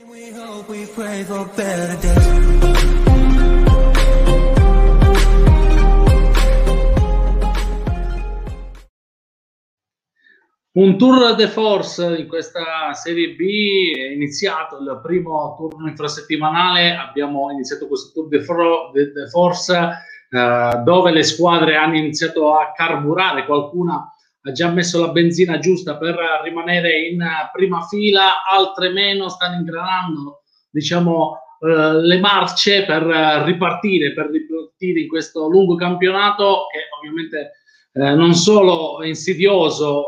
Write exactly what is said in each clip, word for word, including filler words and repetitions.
We hope, we pray for better days. Un tour de force in questa Serie B è iniziato il primo turno infrasettimanale, abbiamo iniziato questo tour de, fro, de, de force eh, dove le squadre hanno iniziato a carburare, qualcuna ha già messo la benzina giusta per rimanere in prima fila, altre meno, stanno ingranando diciamo eh, le marce per ripartire, per ripartire in questo lungo campionato che ovviamente eh, non solo è insidioso,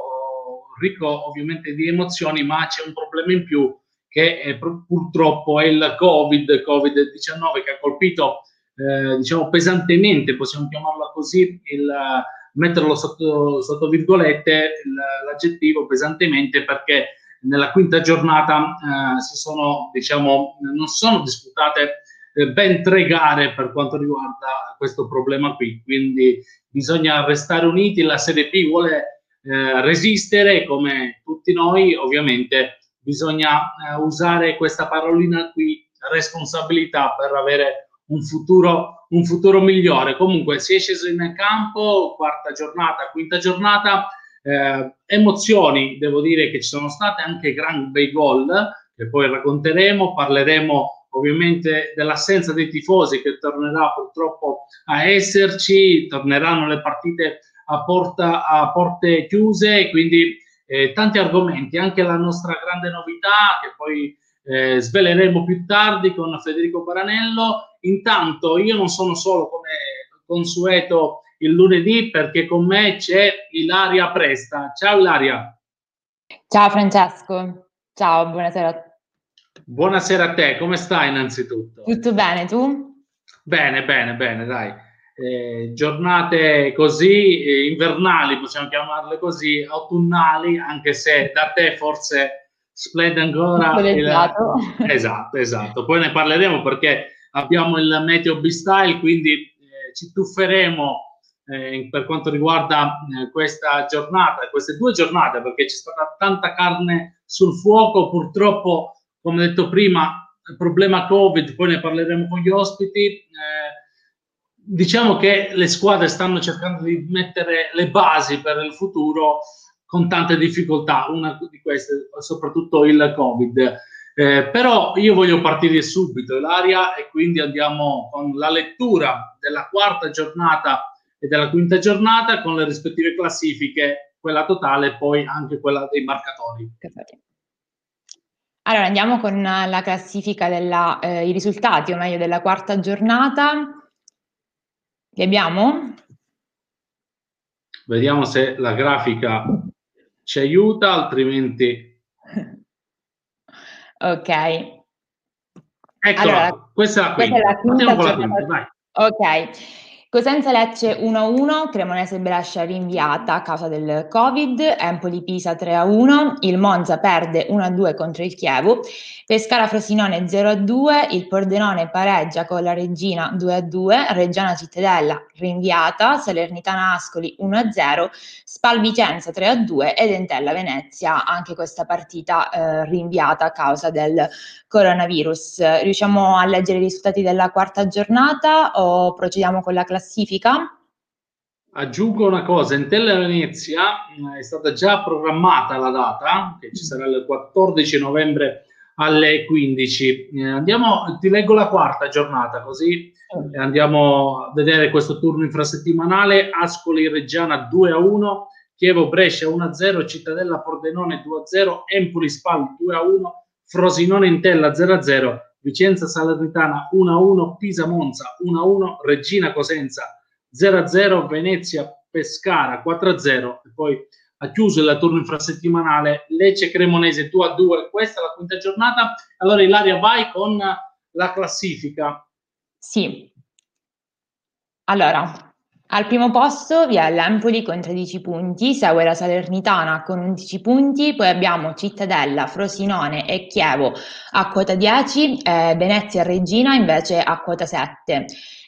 ricco ovviamente di emozioni, ma c'è un problema in più che è, purtroppo è il Covid, Covid diciannove, che ha colpito eh, diciamo pesantemente, possiamo chiamarla così, il, metterlo sotto, sotto virgolette, l'aggettivo pesantemente, perché nella quinta giornata eh, si sono, diciamo, non sono disputate eh, ben tre gare per quanto riguarda questo problema qui, quindi bisogna restare uniti. La Serie B vuole Eh, resistere come tutti noi, ovviamente bisogna eh, usare questa parolina qui, responsabilità, per avere un futuro, un futuro migliore. Comunque si è sceso in campo, quarta giornata, quinta giornata, eh, emozioni, devo dire che ci sono state, anche gran bei gol che poi racconteremo, parleremo ovviamente dell'assenza dei tifosi che tornerà purtroppo a esserci, torneranno le partite a, porta, a porte chiuse, quindi eh, tanti argomenti, anche la nostra grande novità che poi eh, sveleremo più tardi con Federico Baranello. Intanto io non sono solo, come consueto il lunedì, perché con me c'è Ilaria Presta. Ciao Ilaria. Ciao Francesco, ciao, buonasera. Buonasera a te, come stai innanzitutto? Tutto bene, tu? Bene, bene, bene, dai. Eh, giornate così eh, invernali, possiamo chiamarle così, autunnali, anche se da te forse splende ancora il... esatto, esatto, poi ne parleremo perché abbiamo il Meteo B-Style, quindi eh, ci tufferemo eh, per quanto riguarda eh, questa giornata, queste due giornate, perché c'è stata tanta carne sul fuoco, purtroppo, come detto prima, il problema Covid, poi ne parleremo con gli ospiti. eh, Diciamo che le squadre stanno cercando di mettere le basi per il futuro con tante difficoltà, una di queste soprattutto il Covid. Eh, però io voglio partire subito, Ilaria, e quindi andiamo con la lettura della quarta giornata e della quinta giornata con le rispettive classifiche, quella totale e poi anche quella dei marcatori. Allora andiamo con la classifica della, eh, i risultati, o meglio della quarta giornata. Li abbiamo? Vediamo se la grafica ci aiuta, altrimenti... Ok. Eccola, allora, questa è la quinta. Questa è la quinta con la quinta, vai. Ok. Cosenza Lecce uno a uno, Cremonese Brescia rinviata a causa del Covid, Empoli Pisa tre a uno, il Monza perde uno a due contro il Chievo, Pescara Frosinone zero a due, il Pordenone pareggia con la Reggina due a due, Reggiana Cittadella rinviata, Salernitana Ascoli uno a zero, Spal Vicenza tre a due ed Entella Venezia, anche questa partita eh, rinviata a causa del coronavirus. Riusciamo a leggere i risultati della quarta giornata o procediamo con la classifica? Aggiungo una cosa, Entella Venezia è stata già programmata la data, che ci sarà il quattordici novembre alle quindici. Eh, andiamo, ti leggo la quarta giornata, così eh, andiamo a vedere questo turno infrasettimanale. Ascoli Reggiana due a uno, Chievo Brescia uno a zero, Cittadella Pordenone due a zero, Empoli Spal due a uno, Frosinone Entella zero a zero, Vicenza Salernitana uno a uno, Pisa Monza uno a uno, Reggina Cosenza zero a zero, Venezia Pescara quattro a zero, e poi ha chiuso il turno infrasettimanale Lecce Cremonese due a due. Questa è la quinta giornata. Allora Ilaria, vai con la classifica. Sì. Allora, al primo posto vi è l'Empoli con tredici punti, segue la Salernitana con undici punti, poi abbiamo Cittadella, Frosinone e Chievo a quota dieci, eh, Venezia e Reggina invece a quota sette.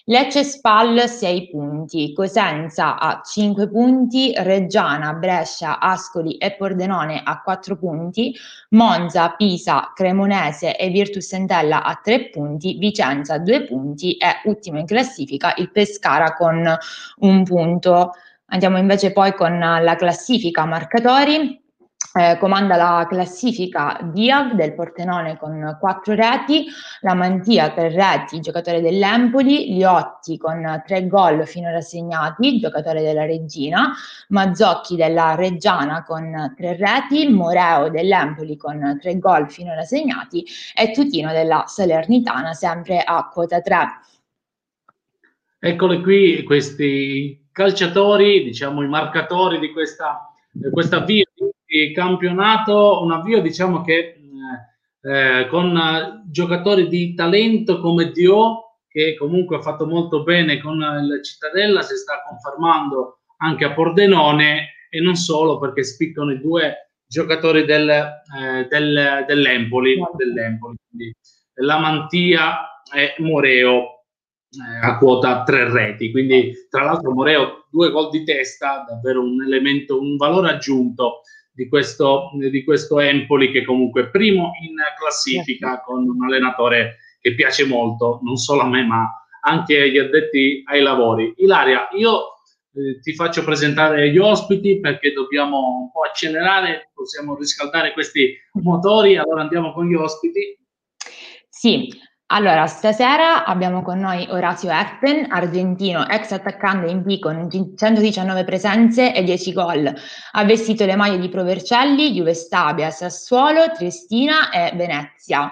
Lecce Spal sei punti, Cosenza a cinque punti, Reggiana, Brescia, Ascoli e Pordenone a quattro punti, Monza, Pisa, Cremonese e Virtus Entella a tre punti, Vicenza a due punti e ultimo in classifica il Pescara con un punto. Andiamo invece poi con la classifica marcatori. Eh, comanda la classifica Diag del Pordenone con quattro reti, la Mantia tre reti, giocatore dell'Empoli, Liotti con tre gol finora segnati, giocatore della Reggina, Mazzocchi della Reggiana con tre reti, Moreo dell'Empoli con tre gol finora segnati e Tutino della Salernitana sempre a quota tre. Eccoli qui questi calciatori, diciamo i marcatori di questa, eh, questa avvio di campionato, un avvio diciamo che eh, con uh, giocatori di talento come Dio, che comunque ha fatto molto bene con il Cittadella, si sta confermando anche a Pordenone, e non solo, perché spiccano i due giocatori del, eh, del, dell'Empoli, dell'Empoli, quindi la Mantia e Moreo a quota tre reti, quindi tra l'altro Moreo due gol di testa, davvero un elemento, un valore aggiunto di questo, di questo Empoli, che comunque è primo in classifica, con un allenatore che piace molto, non solo a me ma anche agli addetti ai lavori. Ilaria, io eh, ti faccio presentare gli ospiti perché dobbiamo un po' accelerare, possiamo riscaldare questi motori, allora andiamo con gli ospiti. Sì. Allora, stasera abbiamo con noi Orazio Erpen, argentino, ex attaccante in B con centodiciannove presenze e dieci gol. Ha vestito le maglie di Pro Vercelli, Juve Stabia, Sassuolo, Triestina e Venezia.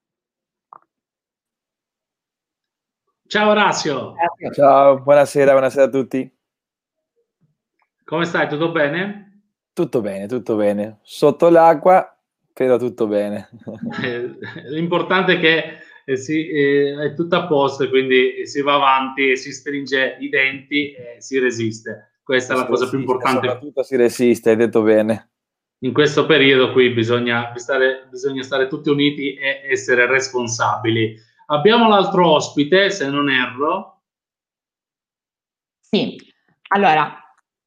Ciao Orazio. Ciao, buonasera, buonasera a tutti. Come stai? Tutto bene? Tutto bene, tutto bene. Sotto l'acqua, però tutto bene. Eh, l'importante è che eh, si, eh, è tutto a posto, quindi si va avanti, si stringe i denti e si resiste. Questa è la cosa più importante. Soprattutto si resiste, hai detto bene. In questo periodo qui bisogna stare, bisogna stare tutti uniti e essere responsabili. Abbiamo l'altro ospite, se non erro. Sì, allora.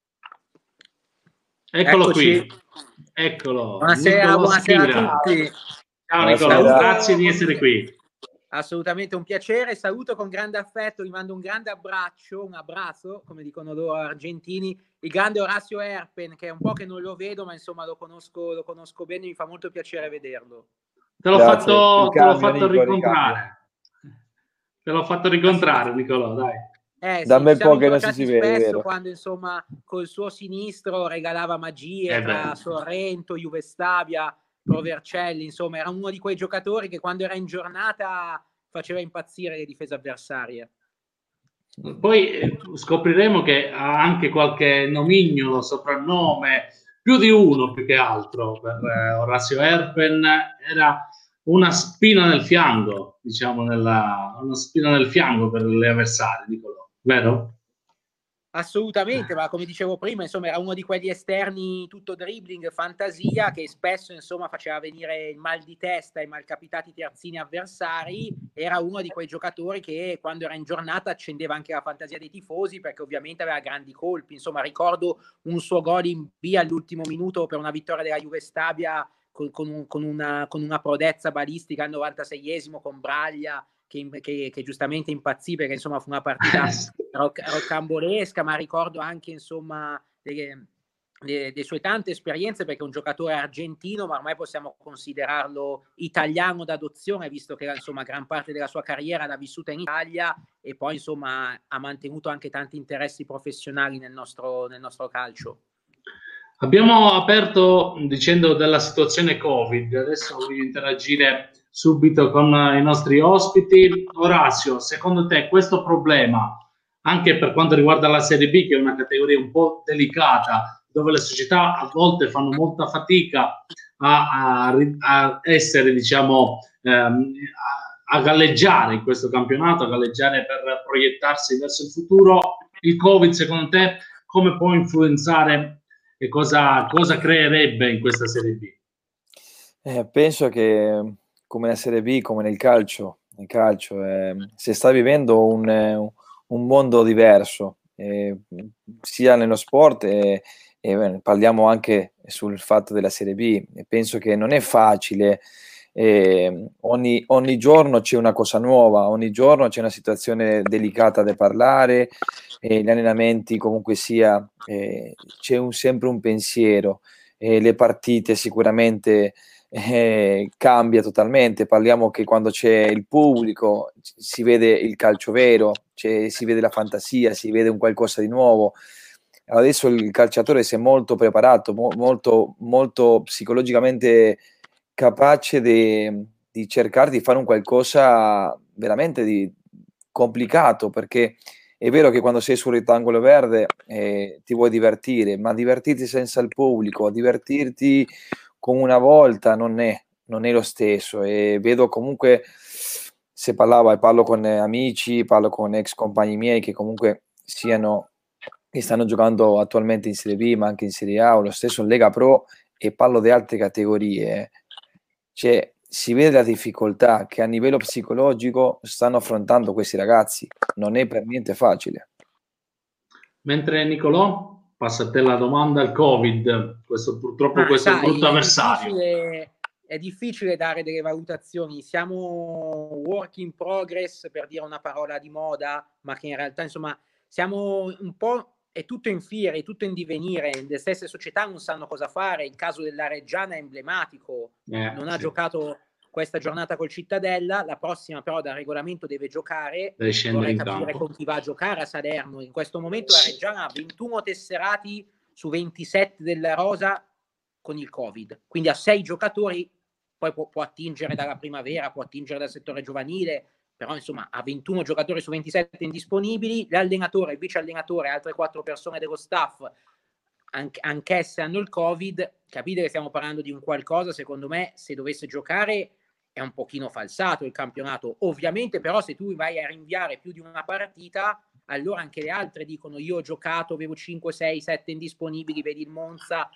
Eccolo Eccoci. qui. Eccolo. Buonasera, Nicolò buonasera Schira. a tutti. Ciao Nicolò, grazie di essere qui. Assolutamente un piacere, saluto con grande affetto, vi mando un grande abbraccio, un abbraccio, come dicono loro argentini, il grande Orazio Erpen, che è un po' che non lo vedo, ma insomma lo conosco, lo conosco bene, mi fa molto piacere vederlo. Te l'ho Grazie. fatto, te l'ho Ricambio, fatto Nico, ricontrare. Te l'ho fatto ricontrare, Nicolò, dai. Eh, Da sì, me ci siamo po' che non si incrociati si vede, spesso vero? quando insomma col suo sinistro regalava magie Eh tra beh. Sorrento, Juve Stabia, Pro Vercelli, insomma era uno di quei giocatori che quando era in giornata faceva impazzire le difese avversarie. Poi eh, scopriremo che ha anche qualche nomignolo, soprannome, più di uno più che altro per eh, Orazio Erpen. Era una spina nel fianco, diciamo, nella, una spina nel fianco per le avversarie, Nicolò, vero? Assolutamente, ma come dicevo prima, insomma, era uno di quegli esterni tutto dribbling, fantasia, che spesso insomma faceva venire il mal di testa ai malcapitati terzini avversari. Era uno di quei giocatori che quando era in giornata accendeva anche la fantasia dei tifosi, perché ovviamente aveva grandi colpi. Insomma, ricordo un suo gol in B all'ultimo minuto per una vittoria della Juve Stabia con, con, un, con, una, con una prodezza balistica al novantaseiesimo con Braglia, Che, che, che giustamente impazzì perché insomma fu una partita roc- roccambolesca, ma ricordo anche insomma delle, delle, delle sue tante esperienze, perché è un giocatore argentino ma ormai possiamo considerarlo italiano d'adozione, visto che insomma gran parte della sua carriera l'ha vissuta in Italia e poi insomma ha mantenuto anche tanti interessi professionali nel nostro, nel nostro calcio. Abbiamo aperto dicendo della situazione Covid, adesso voglio interagire subito con i nostri ospiti. Orazio, secondo te questo problema, anche per quanto riguarda la Serie B, che è una categoria un po' delicata, dove le società a volte fanno molta fatica a, a, a essere, diciamo, ehm, a, a galleggiare in questo campionato, a galleggiare per proiettarsi verso il futuro, il Covid, secondo te, come può influenzare e cosa, cosa creerebbe in questa Serie B? Eh, penso che come nella Serie B, come nel calcio, nel calcio eh, si sta vivendo un, un mondo diverso, eh, sia nello sport e, e beh, parliamo anche sul fatto della Serie B. E penso che non è facile, eh, ogni, ogni giorno c'è una cosa nuova, ogni giorno c'è una situazione delicata da parlare, e gli allenamenti comunque sia, eh, c'è un, sempre un pensiero, e le partite sicuramente eh, cambia totalmente. Parliamo che quando c'è il pubblico si vede il calcio vero, cioè, si vede la fantasia, si vede un qualcosa di nuovo. Adesso il calciatore si è molto preparato, mo- molto, molto psicologicamente capace de- di cercare di fare un qualcosa veramente di complicato, perché è vero che quando sei sul rettangolo verde eh, ti vuoi divertire, ma divertirti senza il pubblico, divertirti come una volta non è, non è lo stesso. E vedo comunque, se parlavo e parlo con amici, parlo con ex compagni miei che comunque siano, che stanno giocando attualmente in Serie B, ma anche in Serie A o lo stesso in Lega Pro, e parlo di altre categorie, cioè si vede la difficoltà che a livello psicologico stanno affrontando questi ragazzi, non è per niente facile. Mentre Nicolò, passa a te la domanda, il Covid, questo purtroppo Ma questo sai, brutto è avversario. difficile, è difficile dare delle valutazioni, siamo work in progress, per dire una parola di moda, ma che in realtà insomma siamo un po', è tutto in fiere, è tutto in divenire, le stesse società non sanno cosa fare. Il caso della Reggiana è emblematico, Eh, non ha sì. giocato questa giornata col Cittadella, la prossima però dal regolamento deve giocare. Deve scendere Vorrei in capire campo. con chi va a giocare a Salerno. In questo momento la Reggiana ha ventuno tesserati su ventisette della rosa con il Covid, quindi ha sei giocatori, poi può, può attingere dalla primavera, può attingere dal settore giovanile, però insomma ha ventuno giocatori su ventisette indisponibili. L'allenatore, il vice allenatore e altre quattro persone dello staff anche, anch'esse hanno il Covid. Capite che stiamo parlando di un qualcosa, secondo me, se dovesse giocare è un pochino falsato il campionato. Ovviamente però se tu vai a rinviare più di una partita, allora anche le altre dicono io ho giocato, avevo cinque, sei, sette indisponibili, vedi il Monza,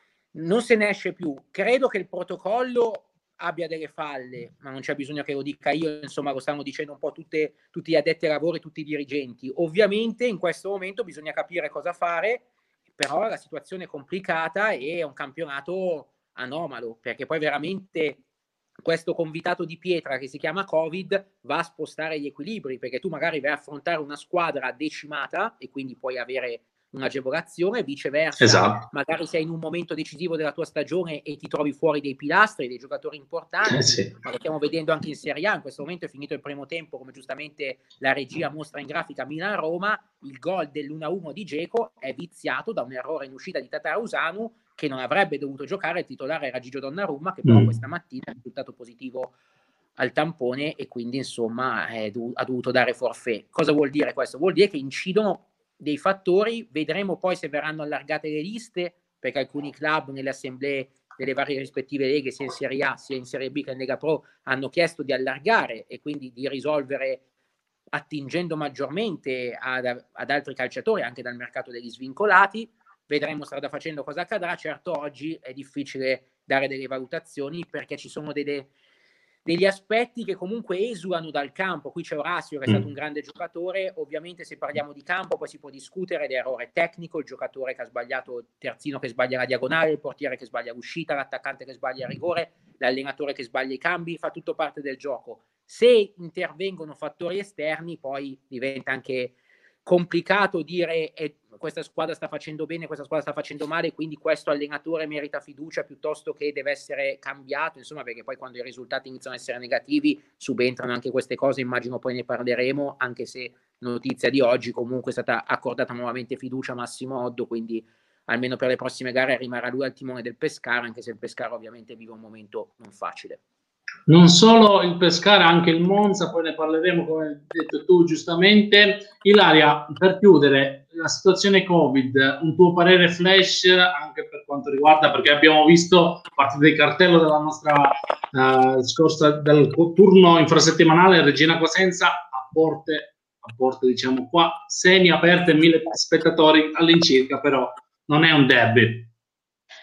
non se ne esce più. Credo che il protocollo abbia delle falle, ma non c'è bisogno che lo dica io, insomma lo stanno dicendo un po' tutte, tutti gli addetti ai lavori, tutti i dirigenti. Ovviamente in questo momento bisogna capire cosa fare, però la situazione è complicata e è un campionato anomalo, perché poi veramente questo convitato di pietra che si chiama Covid va a spostare gli equilibri, perché tu magari vai a affrontare una squadra decimata e quindi puoi avere un'agevolazione, viceversa, Esatto. magari sei in un momento decisivo della tua stagione e ti trovi fuori dei pilastri, dei giocatori importanti, Eh sì. ma lo stiamo vedendo anche in Serie A. In questo momento è finito il primo tempo, come giustamente la regia mostra in grafica, Milan-Roma, il gol dell'uno a uno di Dzeko è viziato da un errore in uscita di Tatarusanu, che non avrebbe dovuto giocare. Il titolare era Gigio Donnarumma, che però Mm. questa mattina ha risultato positivo al tampone e quindi insomma è dov- ha dovuto dare forfait. Cosa vuol dire questo? Vuol dire che incidono dei fattori, vedremo poi se verranno allargate le liste, perché alcuni club nelle assemblee delle varie rispettive leghe, sia in Serie A sia in Serie B che in Lega Pro, hanno chiesto di allargare e quindi di risolvere attingendo maggiormente ad, ad altri calciatori anche dal mercato degli svincolati. Vedremo strada facendo cosa accadrà. Certo oggi è difficile dare delle valutazioni perché ci sono delle degli aspetti che comunque esulano dal campo. Qui c'è Orazio che è stato un grande giocatore, ovviamente se parliamo di campo poi si può discutere dell'errore tecnico, il giocatore che ha sbagliato, il terzino che sbaglia la diagonale, il portiere che sbaglia l'uscita, l'attaccante che sbaglia il rigore, l'allenatore che sbaglia i cambi, fa tutto parte del gioco. Se intervengono fattori esterni poi diventa anche complicato dire eh, questa squadra sta facendo bene, questa squadra sta facendo male, quindi questo allenatore merita fiducia piuttosto che deve essere cambiato, insomma, perché poi quando i risultati iniziano a essere negativi subentrano anche queste cose. Immagino poi ne parleremo, anche se notizia di oggi comunque è stata accordata nuovamente fiducia a Massimo Oddo, quindi almeno per le prossime gare rimarrà lui al timone del Pescara, anche se il Pescara ovviamente vive un momento non facile. Non solo il Pescara, anche il Monza, poi ne parleremo come hai detto tu giustamente. Ilaria, per chiudere la situazione Covid, un tuo parere flash anche per quanto riguarda, perché abbiamo visto partite di cartello della nostra uh, scorsa del turno infrasettimanale Regina Cosenza a porte, a porte diciamo qua semi aperte, mille spettatori all'incirca, però non è un derby.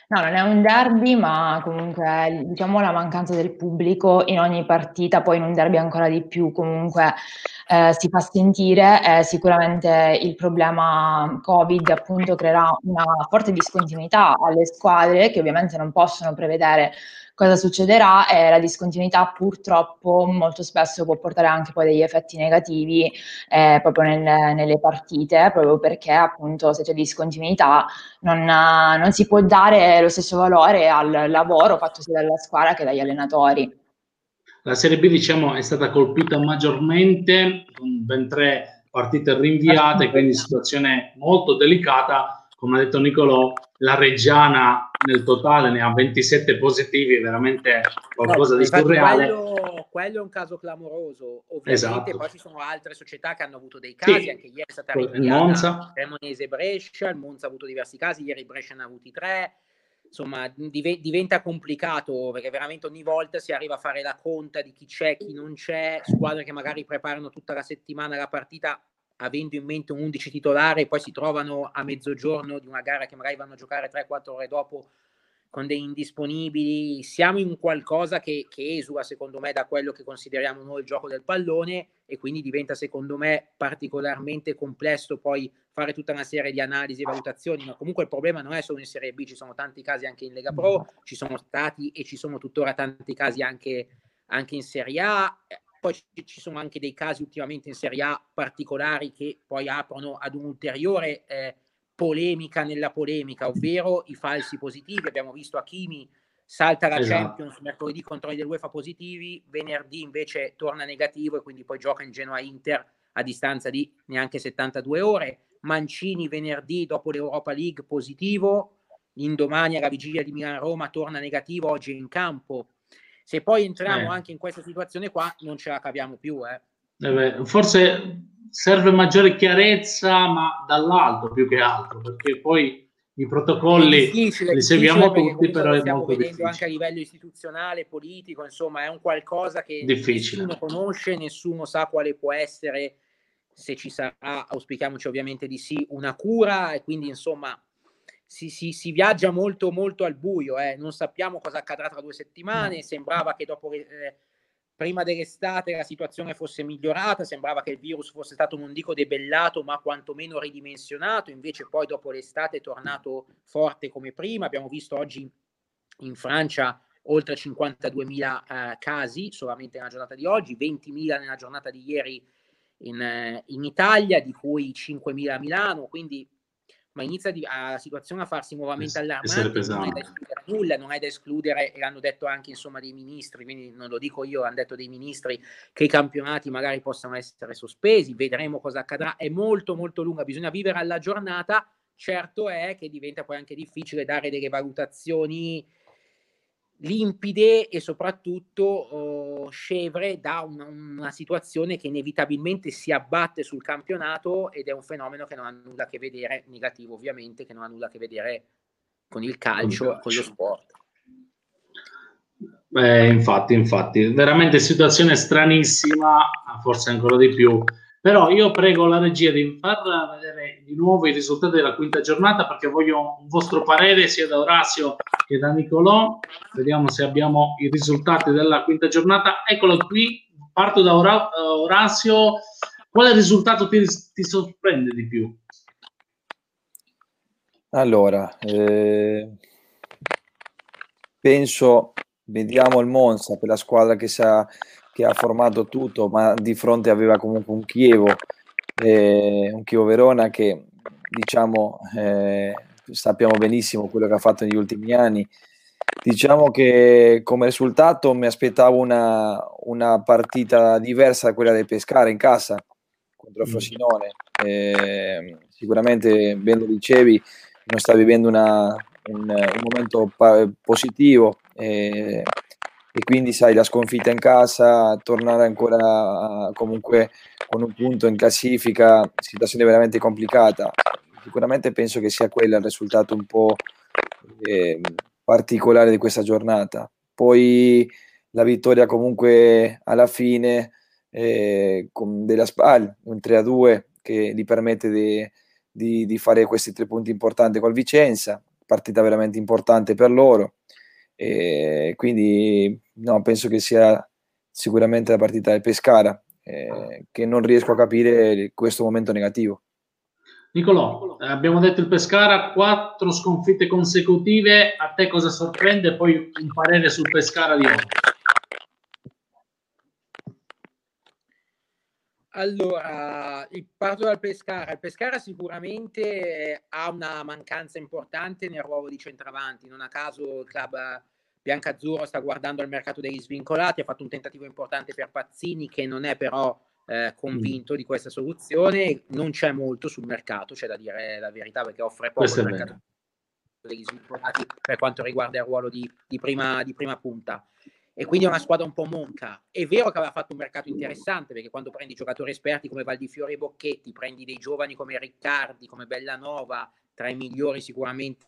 No, non è un derby, ma comunque diciamo la mancanza del pubblico in ogni partita, poi in un derby ancora di più comunque eh, si fa sentire. Eh, sicuramente il problema Covid appunto creerà una forte discontinuità alle squadre che ovviamente non possono prevedere cosa succederà, e la discontinuità purtroppo molto spesso può portare anche poi degli effetti negativi eh, proprio nel, nelle partite, proprio perché appunto se c'è discontinuità non, non si può dare lo stesso valore al lavoro fatto sia dalla squadra che dagli allenatori. La Serie B, diciamo, è stata colpita maggiormente con ben tre partite rinviate, quindi situazione molto delicata. Come ha detto Nicolò, la Reggiana nel totale ne ha ventisette positivi, veramente qualcosa No, di infatti surreale. quello, quello è un caso clamoroso. Ovviamente Esatto. poi ci sono altre società che hanno avuto dei casi, Sì, anche ieri è stata il rinviata Monza. Cremonese Brescia, il Monza ha avuto diversi casi, ieri Brescia ne ha avuti tre. Insomma, div- diventa complicato perché veramente ogni volta si arriva a fare la conta di chi c'è, chi non c'è, squadre che magari preparano tutta la settimana la partita avendo in mente un undici titolare e poi si trovano a mezzogiorno di una gara che magari vanno a giocare tre quattro ore dopo con dei indisponibili. Siamo in qualcosa che, che esula secondo me da quello che consideriamo noi il gioco del pallone, e quindi diventa secondo me particolarmente complesso poi fare tutta una serie di analisi e valutazioni. Ma comunque il problema non è solo in Serie B, ci sono tanti casi anche in Lega Pro, ci sono stati e ci sono tuttora tanti casi anche, anche in Serie A. Poi ci sono anche dei casi ultimamente in Serie A particolari che poi aprono ad un ulteriore eh, polemica nella polemica, ovvero i falsi positivi. Abbiamo visto Hakimi salta la Esatto. Champions mercoledì contro i dell'UEFA positivi, venerdì invece torna negativo e quindi poi gioca in Genoa-Inter a distanza di neanche settantadue ore. Mancini venerdì dopo l'Europa League positivo, l'indomani alla vigilia di Milan-Roma torna negativo, oggi è in campo. Se poi entriamo Eh. anche in questa situazione qua non ce la capiamo più. Eh. Eh beh, forse serve maggiore chiarezza, ma dall'alto più che altro, perché poi i protocolli li seguiamo tutti, però è stiamo molto vedendo anche a difficile. livello istituzionale, politico, insomma è un qualcosa che Difficile. nessuno conosce, nessuno sa quale può essere, se ci sarà, auspichiamoci ovviamente di sì, una cura, e quindi insomma si, si, si viaggia molto molto al buio, eh. Non sappiamo cosa accadrà tra due settimane. Sembrava che dopo eh, prima dell'estate la situazione fosse migliorata, sembrava che il virus fosse stato, non dico debellato, ma quantomeno ridimensionato. Invece poi dopo l'estate è tornato forte come prima. Abbiamo visto oggi in Francia oltre cinquantaduemila eh, casi solamente nella giornata di oggi, ventimila nella giornata di ieri in, eh, in Italia, di cui cinquemila a Milano, quindi ma inizia di, a, la situazione a farsi nuovamente allarmante. Non è da escludere nulla, non è da escludere, e l'hanno detto anche insomma dei ministri, quindi non lo dico io, hanno detto dei ministri, che i campionati magari possano essere sospesi. Vedremo cosa accadrà, è molto molto lunga, bisogna vivere alla giornata. Certo è che diventa poi anche difficile dare delle valutazioni limpide e soprattutto oh, scevre da una, una situazione che inevitabilmente si abbatte sul campionato, ed è un fenomeno che non ha nulla a che vedere, negativo ovviamente, che non ha nulla a che vedere con il calcio, con, con lo sport. Eh, infatti, infatti, veramente situazione stranissima, forse ancora di più. Però io prego la regia di far vedere di nuovo i risultati della quinta giornata, perché voglio un vostro parere sia da Orazio che da Nicolò. Vediamo se abbiamo i risultati della quinta giornata. Eccolo qui, parto da Ora- Orazio. Quale risultato ti, ti sorprende di più? Allora, eh, penso, vediamo il Monza, per la squadra che, sa, che ha formato tutto, ma di fronte aveva comunque un Chievo, eh, un Chievo Verona che, diciamo, eh, sappiamo benissimo quello che ha fatto negli ultimi anni. Diciamo che come risultato mi aspettavo una, una partita diversa da quella del Pescara in casa contro il Frosinone. Eh, sicuramente, ben lo dicevi, non sta vivendo una, un, un momento pa- positivo, eh, e quindi sai, la sconfitta in casa, tornare ancora a, comunque con un punto in classifica, situazione veramente complicata. Sicuramente penso che sia quello il risultato un po' eh, particolare di questa giornata. Poi la vittoria comunque alla fine eh, con della Spal, un tre a due che gli permette di, di, di fare questi tre punti importanti col Vicenza. partita veramente importante per loro, e quindi no, penso che sia sicuramente la partita del Pescara, eh, che non riesco a capire questo momento negativo. Nicolò, eh, abbiamo detto il Pescara, quattro sconfitte consecutive, a te cosa sorprende? Poi un parere sul Pescara di oggi. Allora, parto dal Pescara. Il Pescara sicuramente ha una mancanza importante nel ruolo di centravanti, non a caso il club biancazzurro sta guardando al mercato degli svincolati, ha fatto un tentativo importante per Pazzini che non è però eh, convinto di questa soluzione, non c'è molto sul mercato, c'è da dire la verità, perché offre poco il mercato degli svincolati per quanto riguarda il ruolo di, di, prima, di prima punta, e quindi è una squadra un po' monca. È vero che aveva fatto un mercato interessante, perché quando prendi giocatori esperti come Valdifiori e Bocchetti, prendi dei giovani come Riccardi, come Bellanova, tra i migliori sicuramente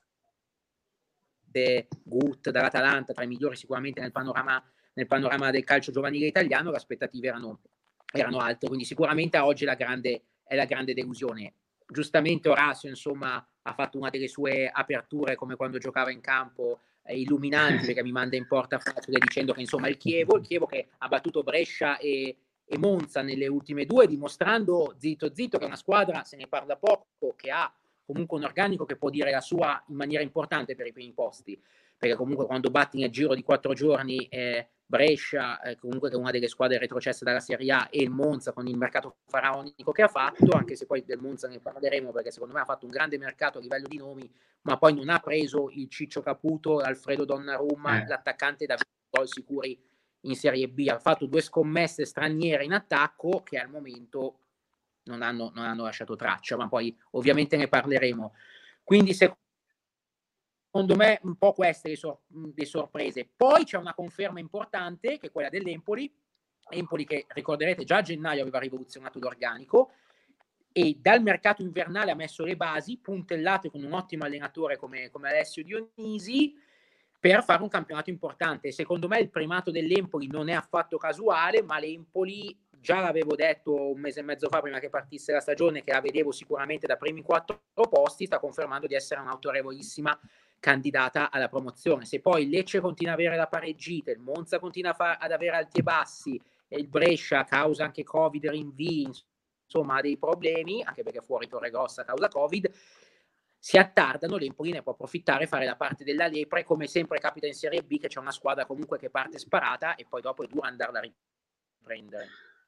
Gut dall'Atalanta, tra i migliori sicuramente nel panorama, nel panorama del calcio giovanile italiano, le aspettative erano, erano alte, quindi sicuramente a oggi la grande, è la grande delusione. Giustamente Orazio insomma ha fatto una delle sue aperture come quando giocava in campo eh, illuminanti, perché mi manda in porta facile dicendo che insomma il Chievo, il Chievo che ha battuto Brescia e, e Monza nelle ultime due, dimostrando zitto zitto che è una squadra, se ne parla poco, che ha comunque un organico che può dire la sua in maniera importante per i primi posti, perché comunque quando batti nel giro di quattro giorni eh, Brescia, eh, comunque che è una delle squadre retrocesse dalla Serie A, e il Monza con il mercato faraonico che ha fatto, anche se poi del Monza ne parleremo perché secondo me ha fatto un grande mercato a livello di nomi, ma poi non ha preso il Ciccio Caputo, Alfredo Donnarumma, eh. l'attaccante da gol sicuri in Serie B, ha fatto due scommesse straniere in attacco che al momento non hanno, non hanno lasciato traccia, ma poi ovviamente ne parleremo. Quindi secondo me un po' queste le, sor- le sorprese. Poi c'è una conferma importante che è quella dell'Empoli, Empoli che ricorderete già a gennaio aveva rivoluzionato l'organico e dal mercato invernale ha messo le basi puntellate con un ottimo allenatore come, come Alessio Dionisi per fare un campionato importante. Secondo me il primato dell'Empoli non è affatto casuale, ma l'Empoli, già l'avevo detto un mese e mezzo fa prima che partisse la stagione, che la vedevo sicuramente da primi quattro posti, sta confermando di essere un'autorevolissima candidata alla promozione. Se poi il Lecce continua ad avere la pareggita, il Monza continua ad avere alti e bassi e il Brescia a causa anche Covid, rinvii, insomma ha dei problemi, anche perché fuori Torregrossa a causa Covid, si attardano, l'Empoli ne può approfittare e fare la parte della lepre, come sempre capita in Serie B, che c'è una squadra comunque che parte sparata e poi dopo è dura andarla a riprendere.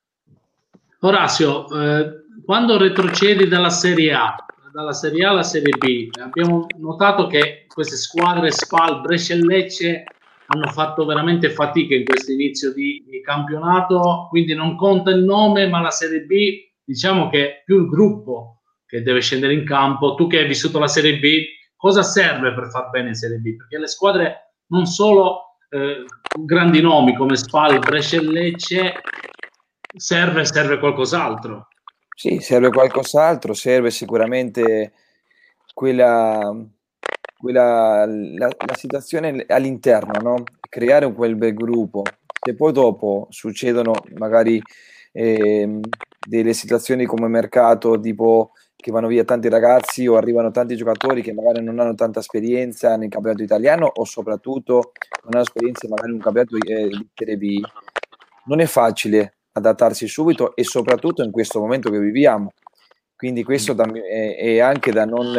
Orazio, eh, quando retrocedi dalla Serie A, dalla Serie A alla Serie B, abbiamo notato che queste squadre Spal, Brescia e Lecce hanno fatto veramente fatica in questo inizio di, di campionato, quindi non conta il nome, ma la Serie B diciamo che è più il gruppo che deve scendere in campo. Tu che hai vissuto la Serie B, cosa serve per far bene in Serie B? Perché le squadre non solo eh, grandi nomi come Spal, Brescia e Lecce, serve, serve qualcos'altro. Sì, serve qualcos'altro, serve sicuramente quella, quella la, la situazione all'interno, no? Creare un quel bel gruppo. Se poi dopo succedono magari eh, delle situazioni come mercato, tipo che vanno via tanti ragazzi o arrivano tanti giocatori che magari non hanno tanta esperienza nel campionato italiano o soprattutto non hanno esperienza magari in un campionato eh, di Serie B, non è facile adattarsi subito e soprattutto in questo momento che viviamo. Quindi questo da, è, è anche da non,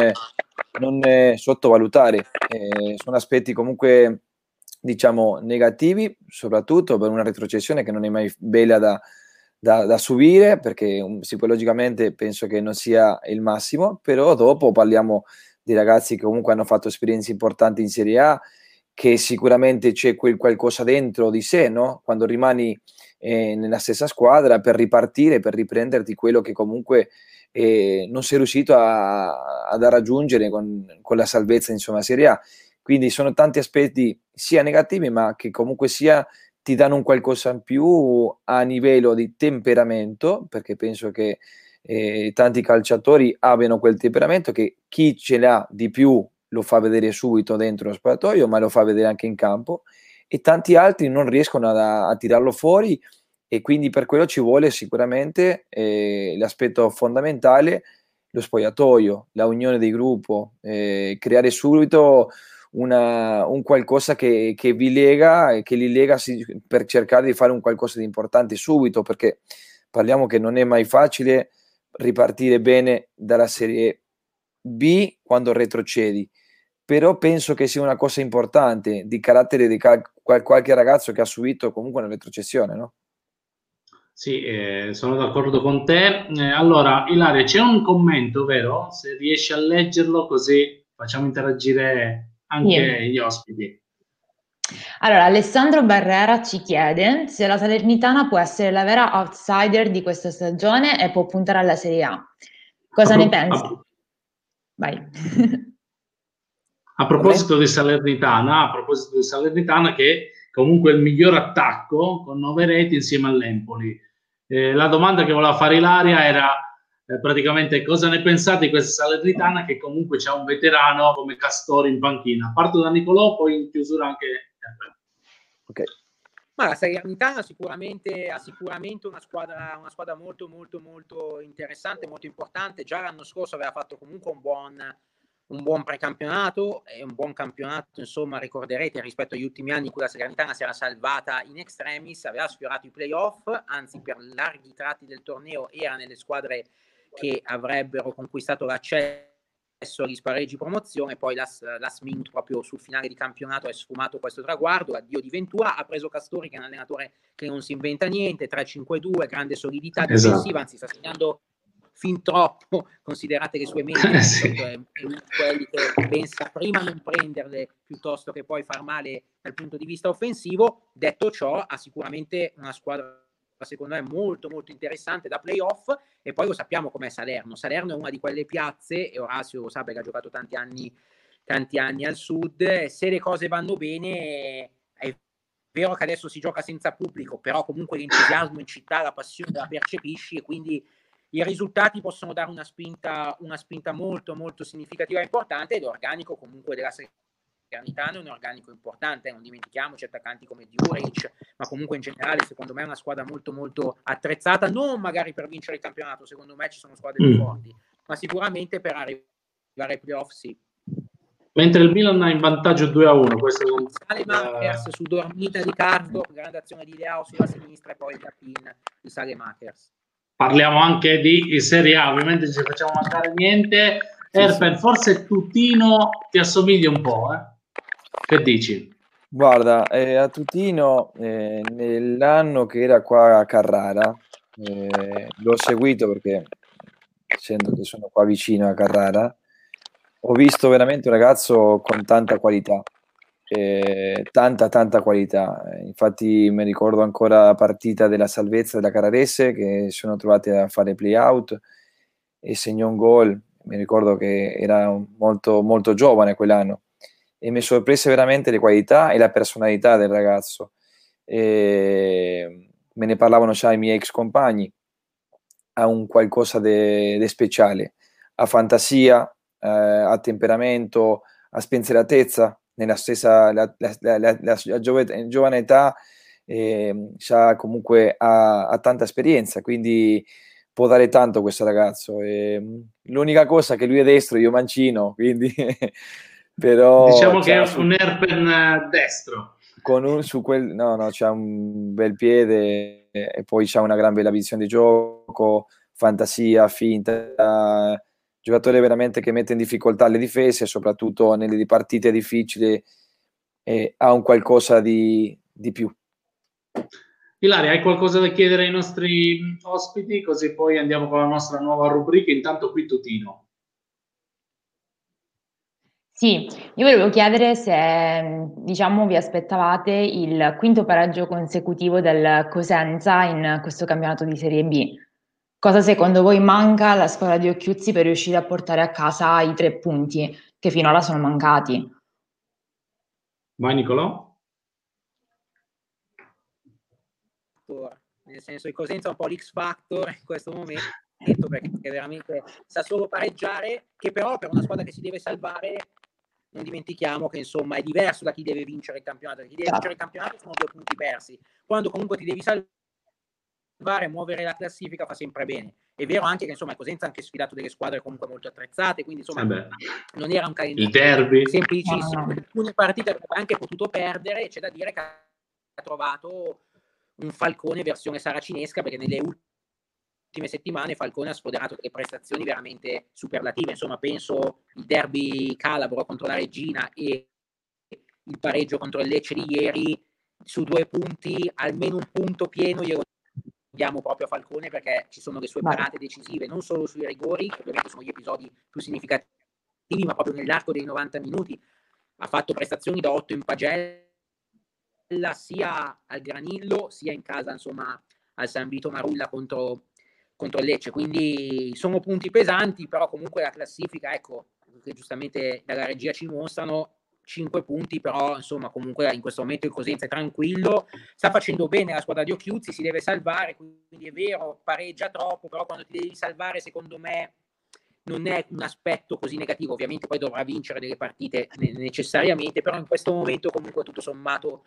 non sottovalutare. Eh, sono aspetti comunque diciamo negativi, soprattutto per una retrocessione che non è mai bella da, da, da subire, perché um, psicologicamente penso che non sia il massimo, però dopo parliamo di ragazzi che comunque hanno fatto esperienze importanti in Serie A, che sicuramente c'è quel qualcosa dentro di sé, no? Quando rimani eh, nella stessa squadra per ripartire, per riprenderti quello che comunque eh, non sei riuscito a, a raggiungere con, con la salvezza insomma Serie A. Quindi sono tanti aspetti sia negativi ma che comunque sia ti danno un qualcosa in più a livello di temperamento, perché penso che eh, tanti calciatori abbiano quel temperamento che chi ce l'ha di più lo fa vedere subito dentro lo spogliatoio, ma lo fa vedere anche in campo, e tanti altri non riescono a, a tirarlo fuori, e quindi per quello ci vuole sicuramente eh, l'aspetto fondamentale, lo spogliatoio, la unione di gruppo, eh, creare subito una, un qualcosa che, che vi lega e che li lega per cercare di fare un qualcosa di importante subito, perché parliamo che non è mai facile ripartire bene dalla Serie B quando retrocedi, però penso che sia una cosa importante di carattere di cal- qualche ragazzo che ha subito comunque una retrocessione, no? Sì, eh, sono d'accordo con te. Eh, allora, Ilaria, c'è un commento, vero? Se riesci a leggerlo, così facciamo interagire anche Sì. gli ospiti. Allora, Alessandro Barrera ci chiede se la Salernitana può essere la vera outsider di questa stagione e può puntare alla Serie A. Cosa A ne pro- pensi? a- Vai. A proposito di Salernitana, a proposito di Salernitana, che comunque è il miglior attacco con nove reti insieme all'Empoli. Eh, la domanda che voleva fare Ilaria era eh, praticamente cosa ne pensate di questa Salernitana che comunque c'ha un veterano come Castori in panchina. Parto da Nicolò, poi in chiusura anche Herbert. Ok. Ma la Salernitana sicuramente ha sicuramente una squadra, una squadra molto molto molto interessante, molto importante. Già l'anno scorso aveva fatto comunque un buon, un buon precampionato e un buon campionato, insomma, ricorderete rispetto agli ultimi anni in cui la Salernitana si era salvata in extremis, aveva sfiorato i playoff, anzi per larghi tratti del torneo era nelle squadre che avrebbero conquistato l'accesso agli spareggi promozione, poi last, last minute proprio sul finale di campionato è sfumato questo traguardo, l'addio di Ventura, ha preso Castori che è un allenatore che non si inventa niente, tre cinque due, grande solidità difensiva, esatto. Anzi sta segnando fin troppo, considerate le sue medie, sì. È uno di quelli che pensa prima non prenderle piuttosto che poi far male dal punto di vista offensivo. Detto ciò, ha sicuramente una squadra secondo me molto molto interessante da playoff, e poi lo sappiamo com'è Salerno. Salerno è una di quelle piazze, e Orazio lo sa perché ha giocato tanti anni, tanti anni al sud, se le cose vanno bene è vero che adesso si gioca senza pubblico, però comunque l'entusiasmo in città, la passione la percepisci, e quindi i risultati possono dare una spinta, una spinta molto molto significativa e importante, ed l'organico comunque della Salernitana è un organico importante, non dimentichiamoci attaccanti come Djuric, ma comunque in generale secondo me è una squadra molto molto attrezzata, non magari per vincere il campionato, secondo me ci sono squadre più forti, ma sicuramente per arrivare ai playoff sì. Mentre il Milan ha in vantaggio due a uno, questo è un... Salemakers uh... su dormita di Cardo, grande azione di Leao sulla sinistra e poi il tap-in di Salemakers. Parliamo anche di Serie A, ovviamente ci facciamo mancare niente. Sì, Erpen, sì. Forse Tutino ti assomiglia un po', eh? Che dici? Guarda, eh, a Tutino eh, nell'anno che era qua a Carrara, eh, l'ho seguito perché essendo che sono qua vicino a Carrara, ho visto veramente un ragazzo con tanta qualità, eh, tanta tanta qualità. Infatti mi ricordo ancora la partita della salvezza della Carrarese che si sono trovati a fare play out e segnò un gol. Mi ricordo che era molto molto giovane quell'anno e mi sorprese veramente le qualità e la personalità del ragazzo. E me ne parlavano già i miei ex compagni. Ha un qualcosa di speciale, ha fantasia, eh, ha temperamento, ha spensieratezza nella stessa la, la, la, la, la giovane, giovane età, eh, comunque ha, ha tanta esperienza, quindi può dare tanto questo ragazzo. E l'unica cosa che lui è destro, io mancino, quindi però diciamo che è su, un Erpen destro. Con un, su quel, no, no, c'ha un bel piede e poi c'ha una gran bella visione di gioco, fantasia, finta, giocatore veramente che mette in difficoltà le difese, soprattutto nelle partite difficili, e ha un qualcosa di, di più. Ilaria, hai qualcosa da chiedere ai nostri ospiti? Così poi andiamo con la nostra nuova rubrica. Intanto qui Tutino. Sì, io volevo chiedere se, diciamo, vi aspettavate il quinto pareggio consecutivo del Cosenza in questo campionato di Serie B. Cosa secondo voi manca alla squadra di Occhiuzzi per riuscire a portare a casa i tre punti che finora sono mancati? Vai Nicolò. Nel senso, il Cosenza è un po' l'X Factor in questo momento, perché veramente sa solo pareggiare, che però per una squadra che si deve salvare non dimentichiamo che insomma è diverso da chi deve vincere il campionato. Chi deve vincere il campionato sono due punti persi. Quando comunque ti devi salvare salvare, muovere la classifica fa sempre bene. È vero anche che insomma il Cosenza ha anche sfidato delle squadre comunque molto attrezzate, quindi insomma eh non era un calendario il derby semplicissimo. No. Alcune partite avrebbe anche potuto perdere, c'è da dire che ha trovato un Falcone versione saracinesca, perché nelle ultime settimane Falcone ha sfoderato delle prestazioni veramente superlative. Insomma, penso il derby calabro contro la Reggina e il pareggio contro il Lecce di ieri, su due punti almeno un punto pieno glielo diamo proprio a Falcone, perché ci sono le sue parate decisive non solo sui rigori, che ovviamente sono gli episodi più significativi, ma proprio nell'arco dei novanta minuti ha fatto prestazioni da otto in pagella sia al Granillo sia in casa insomma al San Vito Marulla contro, contro il Lecce, quindi sono punti pesanti, però comunque la classifica, ecco, che giustamente dalla regia ci mostrano cinque punti, però insomma comunque in questo momento il Cosenza è tranquillo, sta facendo bene la squadra di Occhiuzzi, si deve salvare, quindi è vero, pareggia troppo, però quando ti devi salvare secondo me non è un aspetto così negativo. Ovviamente poi dovrà vincere delle partite necessariamente, però in questo momento comunque tutto sommato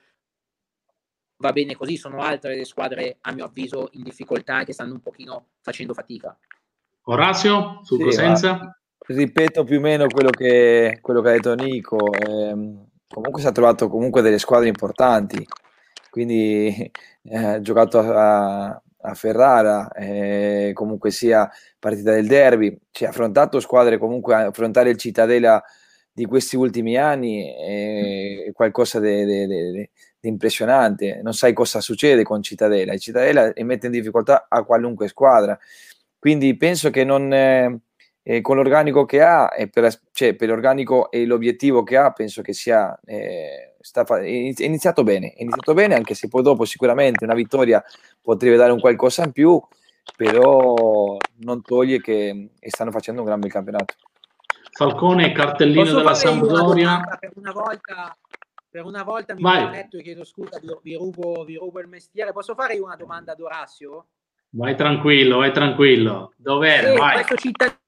va bene così. Sono altre le squadre a mio avviso in difficoltà e che stanno un pochino facendo fatica. Orazio, sul Sì, Cosenza? Ripeto più o meno quello che, quello che ha detto Nico. Eh, comunque si è trovato comunque delle squadre importanti, quindi eh, ha giocato a, a Ferrara, eh, comunque sia partita del derby, cioè, ha affrontato squadre, comunque affrontare il Cittadella di questi ultimi anni è qualcosa di impressionante. Non sai cosa succede con Cittadella, il Cittadella mette in difficoltà a qualunque squadra, quindi penso che non... Eh, Eh, con l'organico che ha e per, cioè, per l'organico e l'obiettivo che ha, penso che sia eh, sta, è iniziato bene, è iniziato bene, anche se poi dopo sicuramente una vittoria potrebbe dare un qualcosa in più, però non toglie che stanno facendo un gran bel campionato. Falcone, cartellino Posso della fare Sampdoria. Per una volta, per una volta mi Vai. permetto e chiedo scusa, vi, vi, rubo, vi rubo il mestiere. Posso fare io una domanda ad Orazio? Vai tranquillo, vai tranquillo. Dov'era? Sì, vai. questo cittadino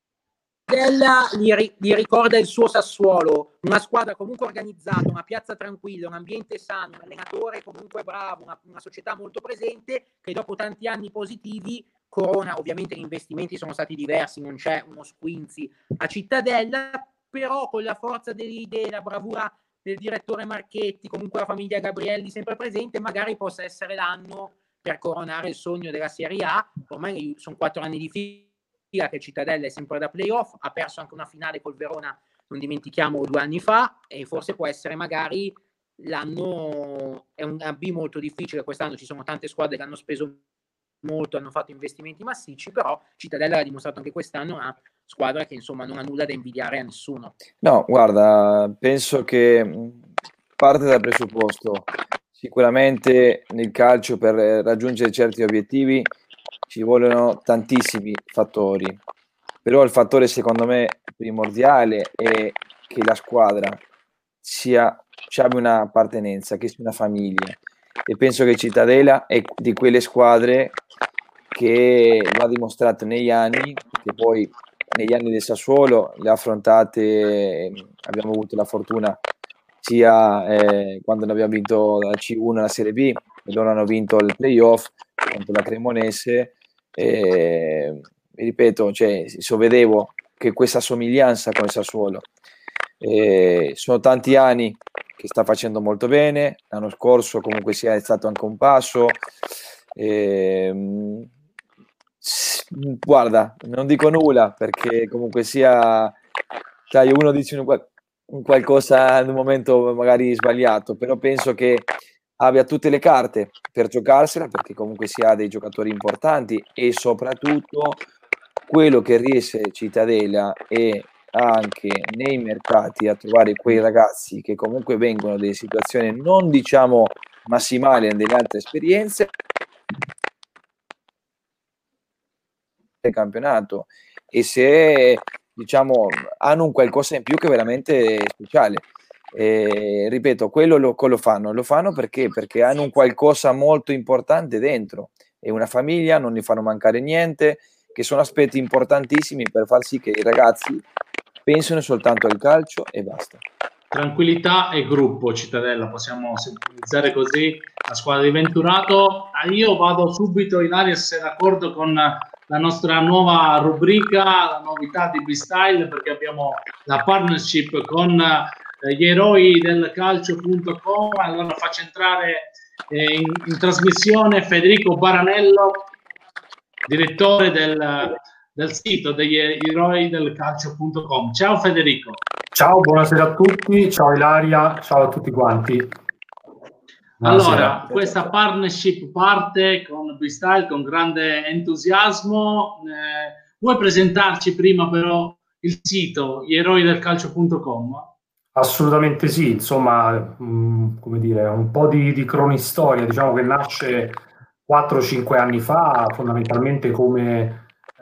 Gli, ri- gli ricorda il suo Sassuolo, una squadra comunque organizzata, una piazza tranquilla, un ambiente sano, un allenatore comunque bravo, una, una società molto presente, che dopo tanti anni positivi corona. Ovviamente gli investimenti sono stati diversi, non c'è uno squinzi a Cittadella, però con la forza delle idee, la bravura del direttore Marchetti, comunque la famiglia Gabrielli sempre presente, magari possa essere l'anno per coronare il sogno della Serie A. Ormai sono quattro anni di fila che Cittadella è sempre da playoff, ha perso anche una finale col Verona, non dimentichiamo, due anni fa, e forse può essere magari l'anno, è un A B molto difficile quest'anno, ci sono tante squadre che hanno speso molto, hanno fatto investimenti massicci, però Cittadella ha dimostrato anche quest'anno una squadra che insomma non ha nulla da invidiare a nessuno. No, guarda, penso che parte dal presupposto, sicuramente nel calcio per raggiungere certi obiettivi ci vogliono tantissimi fattori, però il fattore secondo me primordiale è che la squadra sia, abbia una appartenenza, che sia una famiglia, e penso che Cittadella è di quelle squadre che lo ha dimostrato negli anni, che poi negli anni del Sassuolo le ha affrontate, abbiamo avuto la fortuna sia eh, quando abbiamo vinto la C uno la Serie B e loro hanno vinto il playoff contro la Cremonese. E, ripeto, cioè, so, vedevo che questa somiglianza con il Sassuolo, e sono tanti anni che sta facendo molto bene. L'anno scorso comunque sia è stato anche un passo, e, guarda, non dico nulla perché comunque sia, sai, uno dice un, un qualcosa in un momento magari sbagliato, però penso che abbia tutte le carte per giocarsela, perché comunque si ha dei giocatori importanti, e soprattutto quello che riesce Cittadella è anche nei mercati a trovare quei ragazzi che comunque vengono da situazioni non diciamo massimali, delle altre esperienze del campionato, e se diciamo hanno un qualcosa in più che è veramente speciale. Eh, ripeto, quello lo, lo fanno, lo fanno perché? Perché hanno un qualcosa molto importante dentro, e una famiglia, non ne fanno mancare niente, che sono aspetti importantissimi per far sì che i ragazzi pensino soltanto al calcio e basta. Tranquillità e gruppo Cittadella, possiamo sintetizzare così la squadra di Venturato. io vado subito, Ilaria, se sei d'accordo con la nostra nuova rubrica, la novità di B-Style, perché abbiamo la partnership con eh, gli eroi del calcio punto com. Allora faccio entrare eh, in, in trasmissione Federico Baranello, direttore del, del sito degli eroi del calcio punto com. Ciao Federico. Ciao, buonasera a tutti, ciao Ilaria, ciao a tutti quanti. Buonasera. Allora, questa partnership parte con B-Style con grande entusiasmo. Eh, vuoi presentarci prima però il sito gli eroi del calcio punto com? Assolutamente sì, insomma, mh, come dire, un po' di, di cronistoria, diciamo che nasce quattro cinque anni fa, fondamentalmente come eh,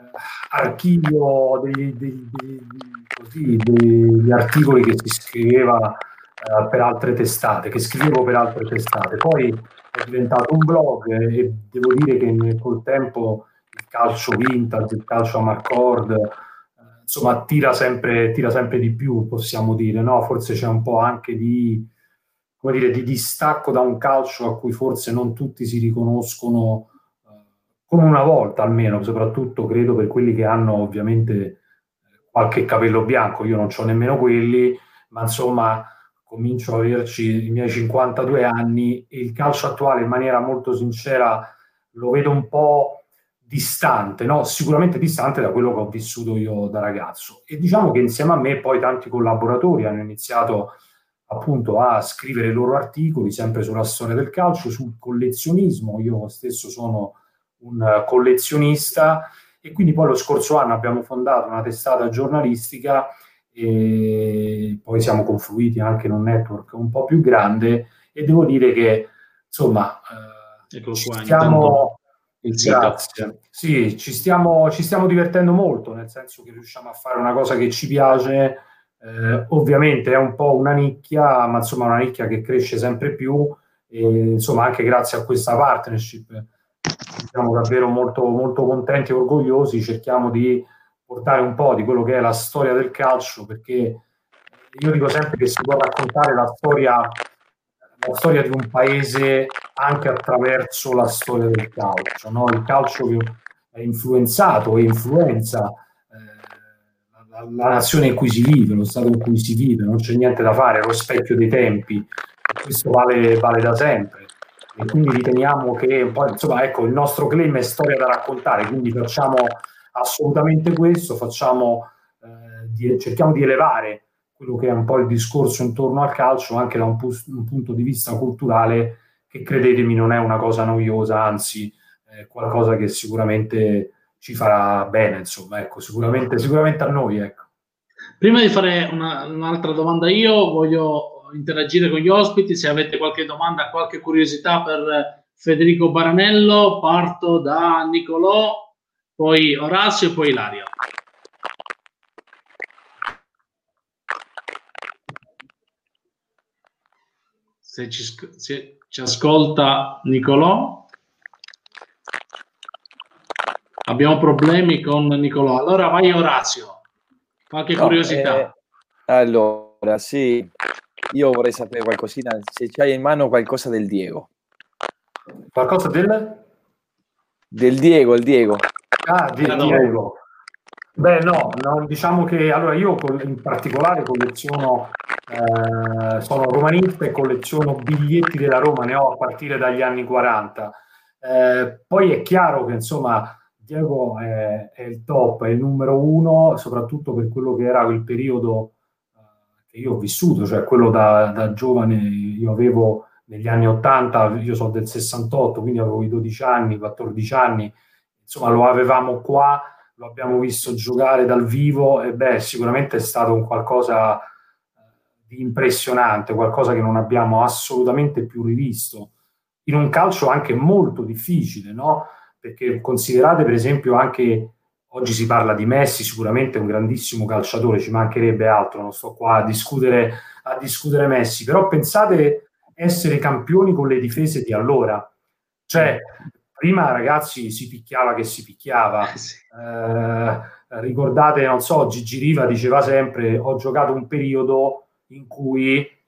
archivio degli, degli, degli, così, degli articoli che si scriveva eh, per altre testate, che scrivevo per altre testate. Poi è diventato un blog e, e devo dire che nel, col tempo il calcio vintage, il calcio a Marcord, insomma, tira sempre, tira sempre di più, possiamo dire, no? Forse c'è un po' anche di, come dire, di distacco da un calcio a cui forse non tutti si riconoscono, eh, come una volta almeno, soprattutto credo per quelli che hanno ovviamente qualche capello bianco. Io non ho nemmeno quelli, ma insomma comincio a averci i miei cinquantadue anni e il calcio attuale in maniera molto sincera lo vedo un po' distante, no? Sicuramente distante da quello che ho vissuto io da ragazzo. E diciamo che insieme a me poi tanti collaboratori hanno iniziato appunto a scrivere i loro articoli sempre sulla storia del calcio, sul collezionismo. Io stesso sono un collezionista e quindi poi lo scorso anno abbiamo fondato una testata giornalistica e poi siamo confluiti anche in un network un po' più grande e devo dire che insomma eh, Eccolo ci qua, stiamo... il sito. Grazie. Sì, ci stiamo, ci stiamo divertendo molto, nel senso che riusciamo a fare una cosa che ci piace. Eh, ovviamente è un po' una nicchia, ma insomma una nicchia che cresce sempre più e insomma anche grazie a questa partnership siamo davvero molto, molto contenti e orgogliosi. Cerchiamo di portare un po' di quello che è la storia del calcio, perché io dico sempre che si può raccontare la storia la storia di un paese anche attraverso la storia del calcio, no? Il calcio che è influenzato e influenza eh, la, la nazione in cui si vive, lo stato in cui si vive, non c'è niente da fare, è lo specchio dei tempi, e questo vale, vale da sempre. E quindi riteniamo che, poi, insomma, ecco, il nostro claim è storia da raccontare, quindi facciamo assolutamente questo, facciamo, eh, di, cerchiamo di elevare quello che è un po' il discorso intorno al calcio anche da un, pu- un punto di vista culturale che, credetemi, non è una cosa noiosa, anzi è qualcosa che sicuramente ci farà bene, insomma, ecco, sicuramente, sicuramente a noi, ecco. Prima di fare una, un'altra domanda io voglio interagire con gli ospiti, se avete qualche domanda, qualche curiosità per Federico Baranello. Parto da Nicolò, poi Orazio e poi Ilaria. Se ci, se ci ascolta Nicolò, abbiamo problemi con Nicolò. Allora vai Orazio, qualche No, curiosità. Eh, allora, sì, io vorrei sapere qualcosina, se c'hai in mano qualcosa del Diego. Qualcosa del? Del Diego, il Diego. Ah, di Diego. Beh, no, no, diciamo che allora io in particolare colleziono, eh, sono romanista e colleziono biglietti della Roma, ne ho a partire dagli anni quaranta. Eh, poi è chiaro che insomma Diego è, è il top, è il numero uno, soprattutto per quello che era quel periodo eh, che io ho vissuto, cioè quello da, da giovane. Io avevo negli anni ottanta, io sono del sessantotto, quindi avevo i dodici anni, quattordici anni, insomma lo avevamo qua, lo abbiamo visto giocare dal vivo e beh, sicuramente è stato un qualcosa di impressionante, qualcosa che non abbiamo assolutamente più rivisto, in un calcio anche molto difficile, no? Perché considerate per esempio anche, oggi si parla di Messi, sicuramente è un grandissimo calciatore, ci mancherebbe altro, non sto qua a discutere, a discutere Messi, però pensate essere campioni con le difese di allora, cioè prima ragazzi si picchiava che si picchiava, eh, ricordate, non so, Gigi Riva diceva sempre ho giocato un periodo in cui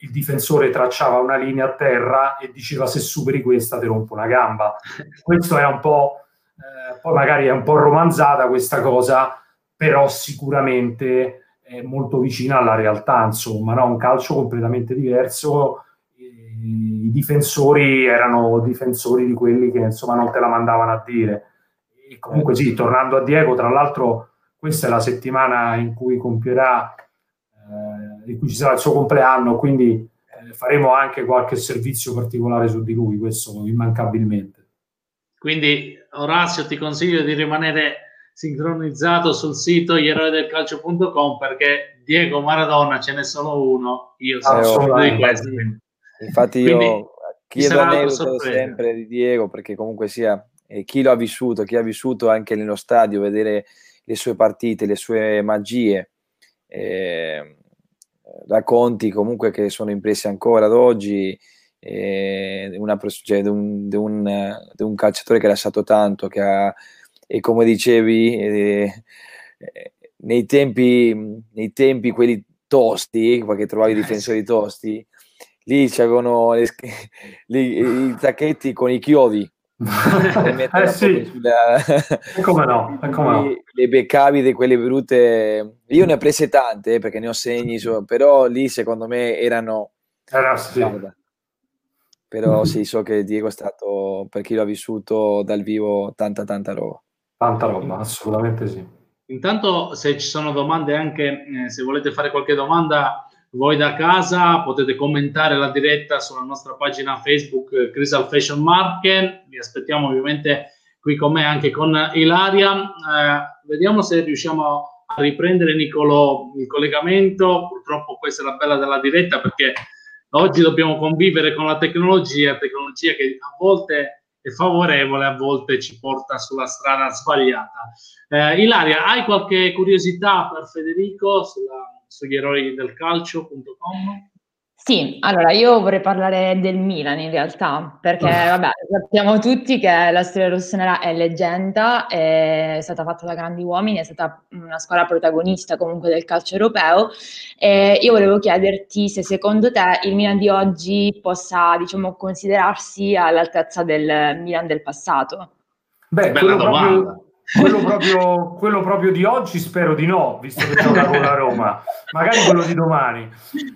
il difensore tracciava una linea a terra e diceva se superi questa ti rompo una gamba. Questo è un po', eh, poi magari è un po' romanzata questa cosa, però sicuramente è molto vicina alla realtà, insomma, no? Un calcio completamente diverso. I difensori erano difensori di quelli che insomma non te la mandavano a dire. E comunque sì, tornando a Diego, tra l'altro questa è la settimana in cui compierà eh, in cui ci sarà il suo compleanno, quindi eh, faremo anche qualche servizio particolare su di lui, questo immancabilmente. Quindi Orazio, ti consiglio di rimanere sincronizzato sul sito gli eroi del calcio punto com, perché Diego Maradona ce n'è solo uno, io sono di questo. Infatti io chiedo aneddoto sempre di Diego, perché comunque sia eh, chi lo ha vissuto, chi ha vissuto anche nello stadio, vedere le sue partite, le sue magie, eh, racconti comunque che sono impressi ancora ad oggi, eh, una, cioè, di, un, di, un, di un calciatore che ha lasciato tanto, che ha, e come dicevi, eh, eh, nei tempi, nei tempi quelli tosti, perché trovavi i difensori tosti, lì c'erano le, lì, i tacchetti con i chiodi. eh sì, sulla... e come no, e come no. Le beccavi di quelle brutte, io ne ho prese tante eh, perché ne ho segni, però lì secondo me erano Era sì. Però sì, so che Diego è stato, per chi l'ha vissuto dal vivo, tanta tanta roba. Tanta roba, assolutamente sì. Intanto, se ci sono domande, anche eh, se volete fare qualche domanda voi da casa, potete commentare la diretta sulla nostra pagina Facebook eh, Crystal Fashion Market. Vi aspettiamo ovviamente qui con me, anche con Ilaria. Eh, vediamo se riusciamo a riprendere Nicolò il collegamento. Purtroppo questa è la bella della diretta, perché oggi dobbiamo convivere con la tecnologia, tecnologia che a volte è favorevole, a volte ci porta sulla strada sbagliata. Eh, Ilaria, hai qualche curiosità per Federico sulla sugli eroi del calcio punto com? Sì, allora io vorrei parlare del Milan in realtà, perché vabbè, sappiamo tutti che la storia rossonera è leggenda, è stata fatta da grandi uomini, è stata una squadra protagonista comunque del calcio europeo, e io volevo chiederti se secondo te il Milan di oggi possa, diciamo, considerarsi all'altezza del Milan del passato. Beh, quello proprio... Quello proprio, quello proprio di oggi spero di no, visto che gioca con la Roma, magari quello di domani.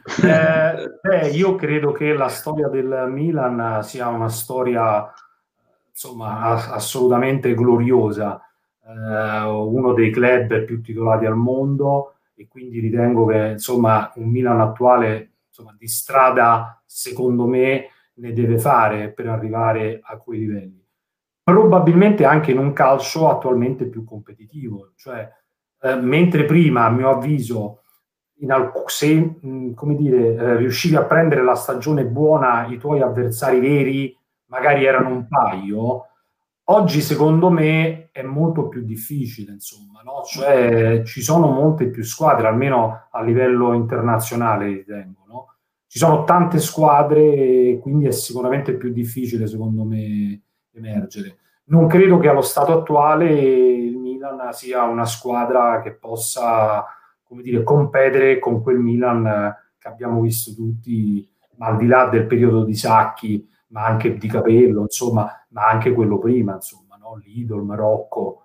Eh, beh, io credo che la storia del Milan sia una storia insomma assolutamente gloriosa, eh, uno dei club più titolati al mondo, e quindi ritengo che insomma un Milan attuale insomma, di strada secondo me ne deve fare per arrivare a quei livelli. Probabilmente anche in un calcio attualmente più competitivo, cioè eh, mentre prima, a mio avviso, in alc- se mh, come dire, eh, riuscivi a prendere la stagione buona, i tuoi avversari veri magari erano un paio, oggi secondo me è molto più difficile, insomma, no? Cioè ci sono molte più squadre, almeno a livello internazionale ritengo, no? Ci sono tante squadre e quindi è sicuramente più difficile secondo me emergere. Non credo che allo stato attuale il Milan sia una squadra che possa, come dire, competere con quel Milan che abbiamo visto tutti, ma al di là del periodo di Sacchi, ma anche di Capello, insomma, ma anche quello prima, insomma, no? Lidl, Marocco,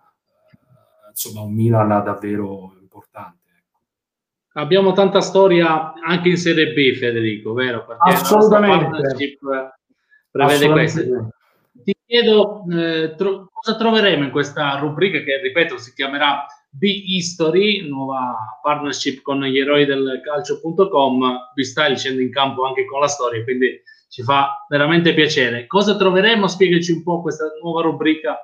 eh, insomma, un Milan davvero importante. Ecco. Abbiamo tanta storia anche in Serie B, Federico, vero? Perché assolutamente. La partnership prevede questo. Ti chiedo eh, tro- cosa troveremo in questa rubrica che, ripeto, si chiamerà B-History, nuova partnership con gli eroi del calcio punto com. B-Style scende in campo anche con la storia, quindi ci fa veramente piacere. Cosa troveremo? Spiegaci un po' questa nuova rubrica,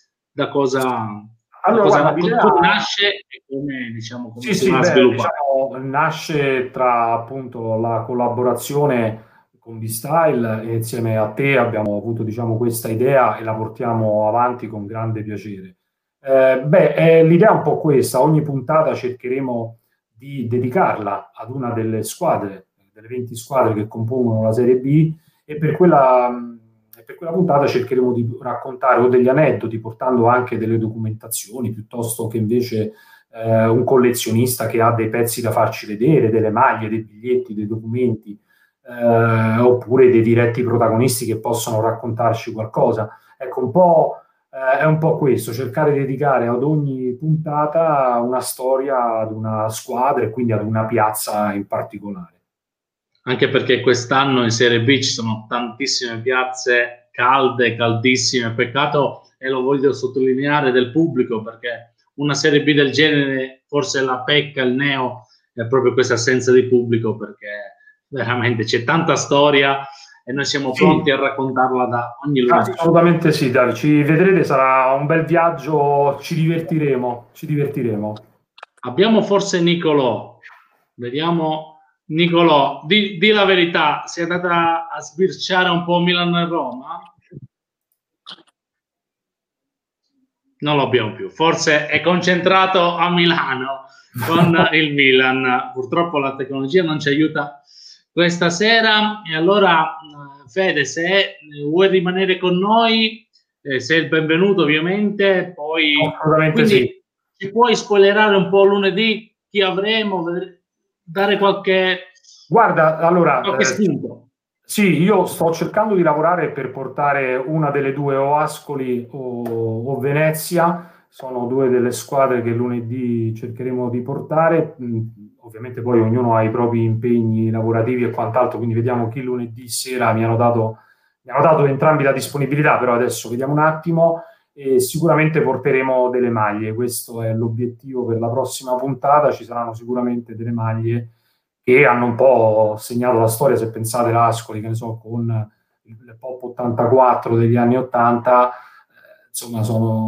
da cosa, allora, da cosa guarda, l'idea... come nasce e come, diciamo, come sì, si sì, va a beh, sviluppare. Diciamo, nasce tra appunto la collaborazione con B-Style e insieme a te abbiamo avuto diciamo questa idea e la portiamo avanti con grande piacere. Eh, beh, eh, l'idea è un po' questa: ogni puntata cercheremo di dedicarla ad una delle squadre, delle venti squadre che compongono la Serie B, e per quella, per quella puntata cercheremo di raccontare o degli aneddoti, portando anche delle documentazioni, piuttosto che invece eh, un collezionista che ha dei pezzi da farci vedere, delle maglie, dei biglietti, dei documenti. eh, oppure dei diretti protagonisti che possono raccontarci qualcosa. Ecco, un po', eh, è un po' questo, cercare di dedicare ad ogni puntata una storia ad una squadra e quindi ad una piazza in particolare. Anche perché quest'anno in Serie B ci sono tantissime piazze calde, caldissime, peccato, e lo voglio sottolineare, del pubblico, perché una Serie B del genere, forse la pecca, il neo, è proprio questa assenza di pubblico, perché veramente c'è tanta storia e noi siamo Sì. pronti a raccontarla da ogni lunedì. Assolutamente sì, Davide, ci vedrete, sarà un bel viaggio, ci divertiremo, ci divertiremo. Abbiamo forse Nicolò, vediamo Nicolò, di, di la verità, sei andata a sbirciare un po' Milano e Roma? Non lo abbiamo più, forse è concentrato a Milano con il Milan, purtroppo la tecnologia non ci aiuta questa sera. E allora Fede, se vuoi rimanere con noi, eh, sei il benvenuto ovviamente, poi Assolutamente quindi sì. ci puoi spoilerare un po' lunedì chi avremo, dare qualche, Guarda, allora, qualche eh, spunto. sì, io sto cercando di lavorare per portare una delle due, o Ascoli o, o Venezia, sono due delle squadre che lunedì cercheremo di portare. Mm, ovviamente poi ognuno ha i propri impegni lavorativi e quant'altro, quindi vediamo chi lunedì sera mi hanno dato, mi hanno dato entrambi la disponibilità, però adesso vediamo un attimo. E sicuramente porteremo delle maglie, questo è l'obiettivo per la prossima puntata, ci saranno sicuramente delle maglie che hanno un po' segnato la storia. Se pensate l'Ascoli, che ne so, con il Pop ottantaquattro degli anni ottanta, eh, insomma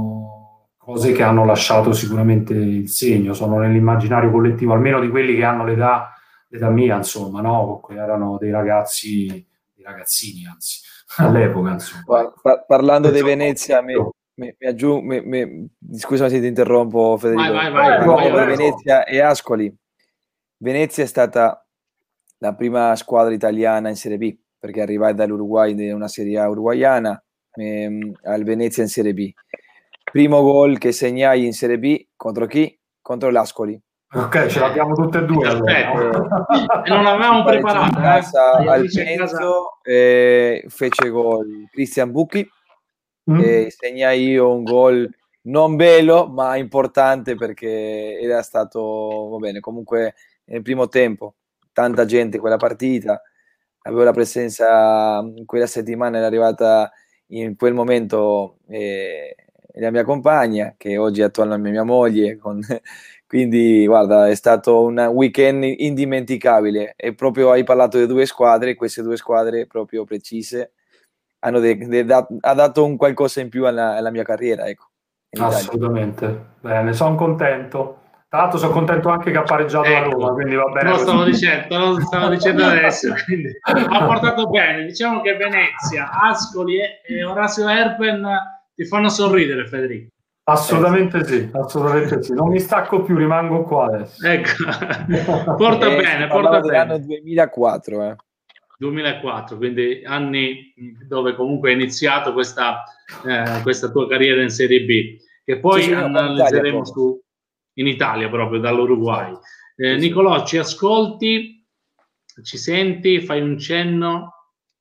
sono cose che hanno lasciato sicuramente il segno, sono nell'immaginario collettivo, almeno di quelli che hanno l'età, l'età mia, insomma, no? Erano dei ragazzi, dei ragazzini, anzi, all'epoca, insomma. Par- parlando di Venezia, mi, mi, mi aggiungo, mi, mi, scusami se ti interrompo, Federico. Vai, vai, vai, parlando vai, di Venezia e Ascoli, Venezia è stata la prima squadra italiana in Serie B, perché arrivai dall'Uruguay, in una Serie A uruguayana, ehm, al Venezia in Serie B. Primo gol che segnai in Serie B contro chi? Contro l'Ascoli. Ok, ce l'abbiamo tutte e due. Allora. E non l'avevamo preparata. Eh? Al Benzo eh, fece gol Christian Bucchi, mm. e segnai io un gol non bello ma importante, perché era stato, va bene, comunque nel primo tempo tanta gente quella partita, avevo la presenza in quella settimana, era arrivata in quel momento eh, la mia compagna, che oggi è attualmente mia moglie, con, quindi guarda, è stato un weekend indimenticabile. E proprio hai parlato di due squadre, queste due squadre proprio precise hanno de, de, da, ha dato un qualcosa in più alla, alla mia carriera, ecco. Assolutamente, bene, sono contento. Tra l'altro sono contento anche che ha pareggiato ecco, a Roma, quindi va bene. Lo stavo dicendo, lo stavo dicendo adesso, quindi ha portato bene. Diciamo che Venezia, Ascoli e Orazio Erpen ti fanno sorridere, Federico. Assolutamente sì, assolutamente sì. Non mi stacco più, rimango qua adesso. Ecco, porta eh, bene, porta bene. L'anno duemilaquattro, eh. duemilaquattro, quindi anni dove comunque è iniziato questa, eh, questa tua carriera in Serie B, che poi sì, sì, analizzeremo su in Italia, proprio dall'Uruguay. Eh, sì, Nicolò, ci ascolti? Ci senti? Fai un cenno?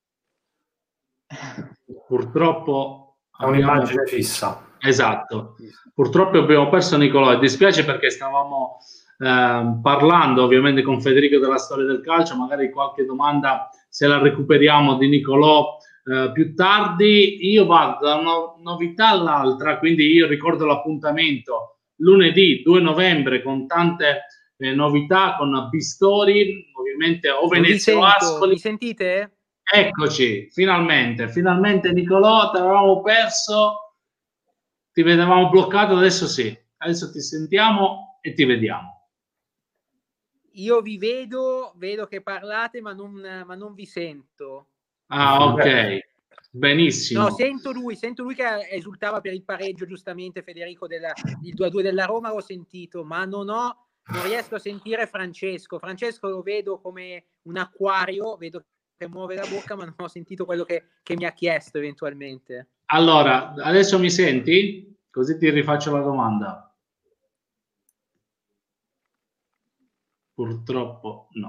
Purtroppo è un'immagine fissa. Esatto. Purtroppo abbiamo perso Nicolò, e dispiace perché stavamo eh, parlando ovviamente con Federico della storia del calcio, magari qualche domanda se la recuperiamo di Nicolò eh, più tardi. Io vado da una novità all'altra, quindi io ricordo l'appuntamento lunedì due novembre con tante eh, novità, con Bistori, ovviamente o Venezia o Ascoli. Mi sentite? Eccoci, finalmente, finalmente Nicolò, ti avevamo perso, ti vedevamo bloccato, adesso sì, adesso ti sentiamo e ti vediamo. Io vi vedo, vedo che parlate, ma non, ma non vi sento. Ah, ok. Benissimo. No, sento lui, sento lui che esultava per il pareggio, giustamente, Federico, della, il due a due della Roma, l'ho sentito, ma non ho, non riesco a sentire Francesco. Francesco lo vedo come un acquario, vedo che muove la bocca, ma non ho sentito quello che, che mi ha chiesto eventualmente. Allora, adesso mi senti? Così ti rifaccio la domanda. Purtroppo no.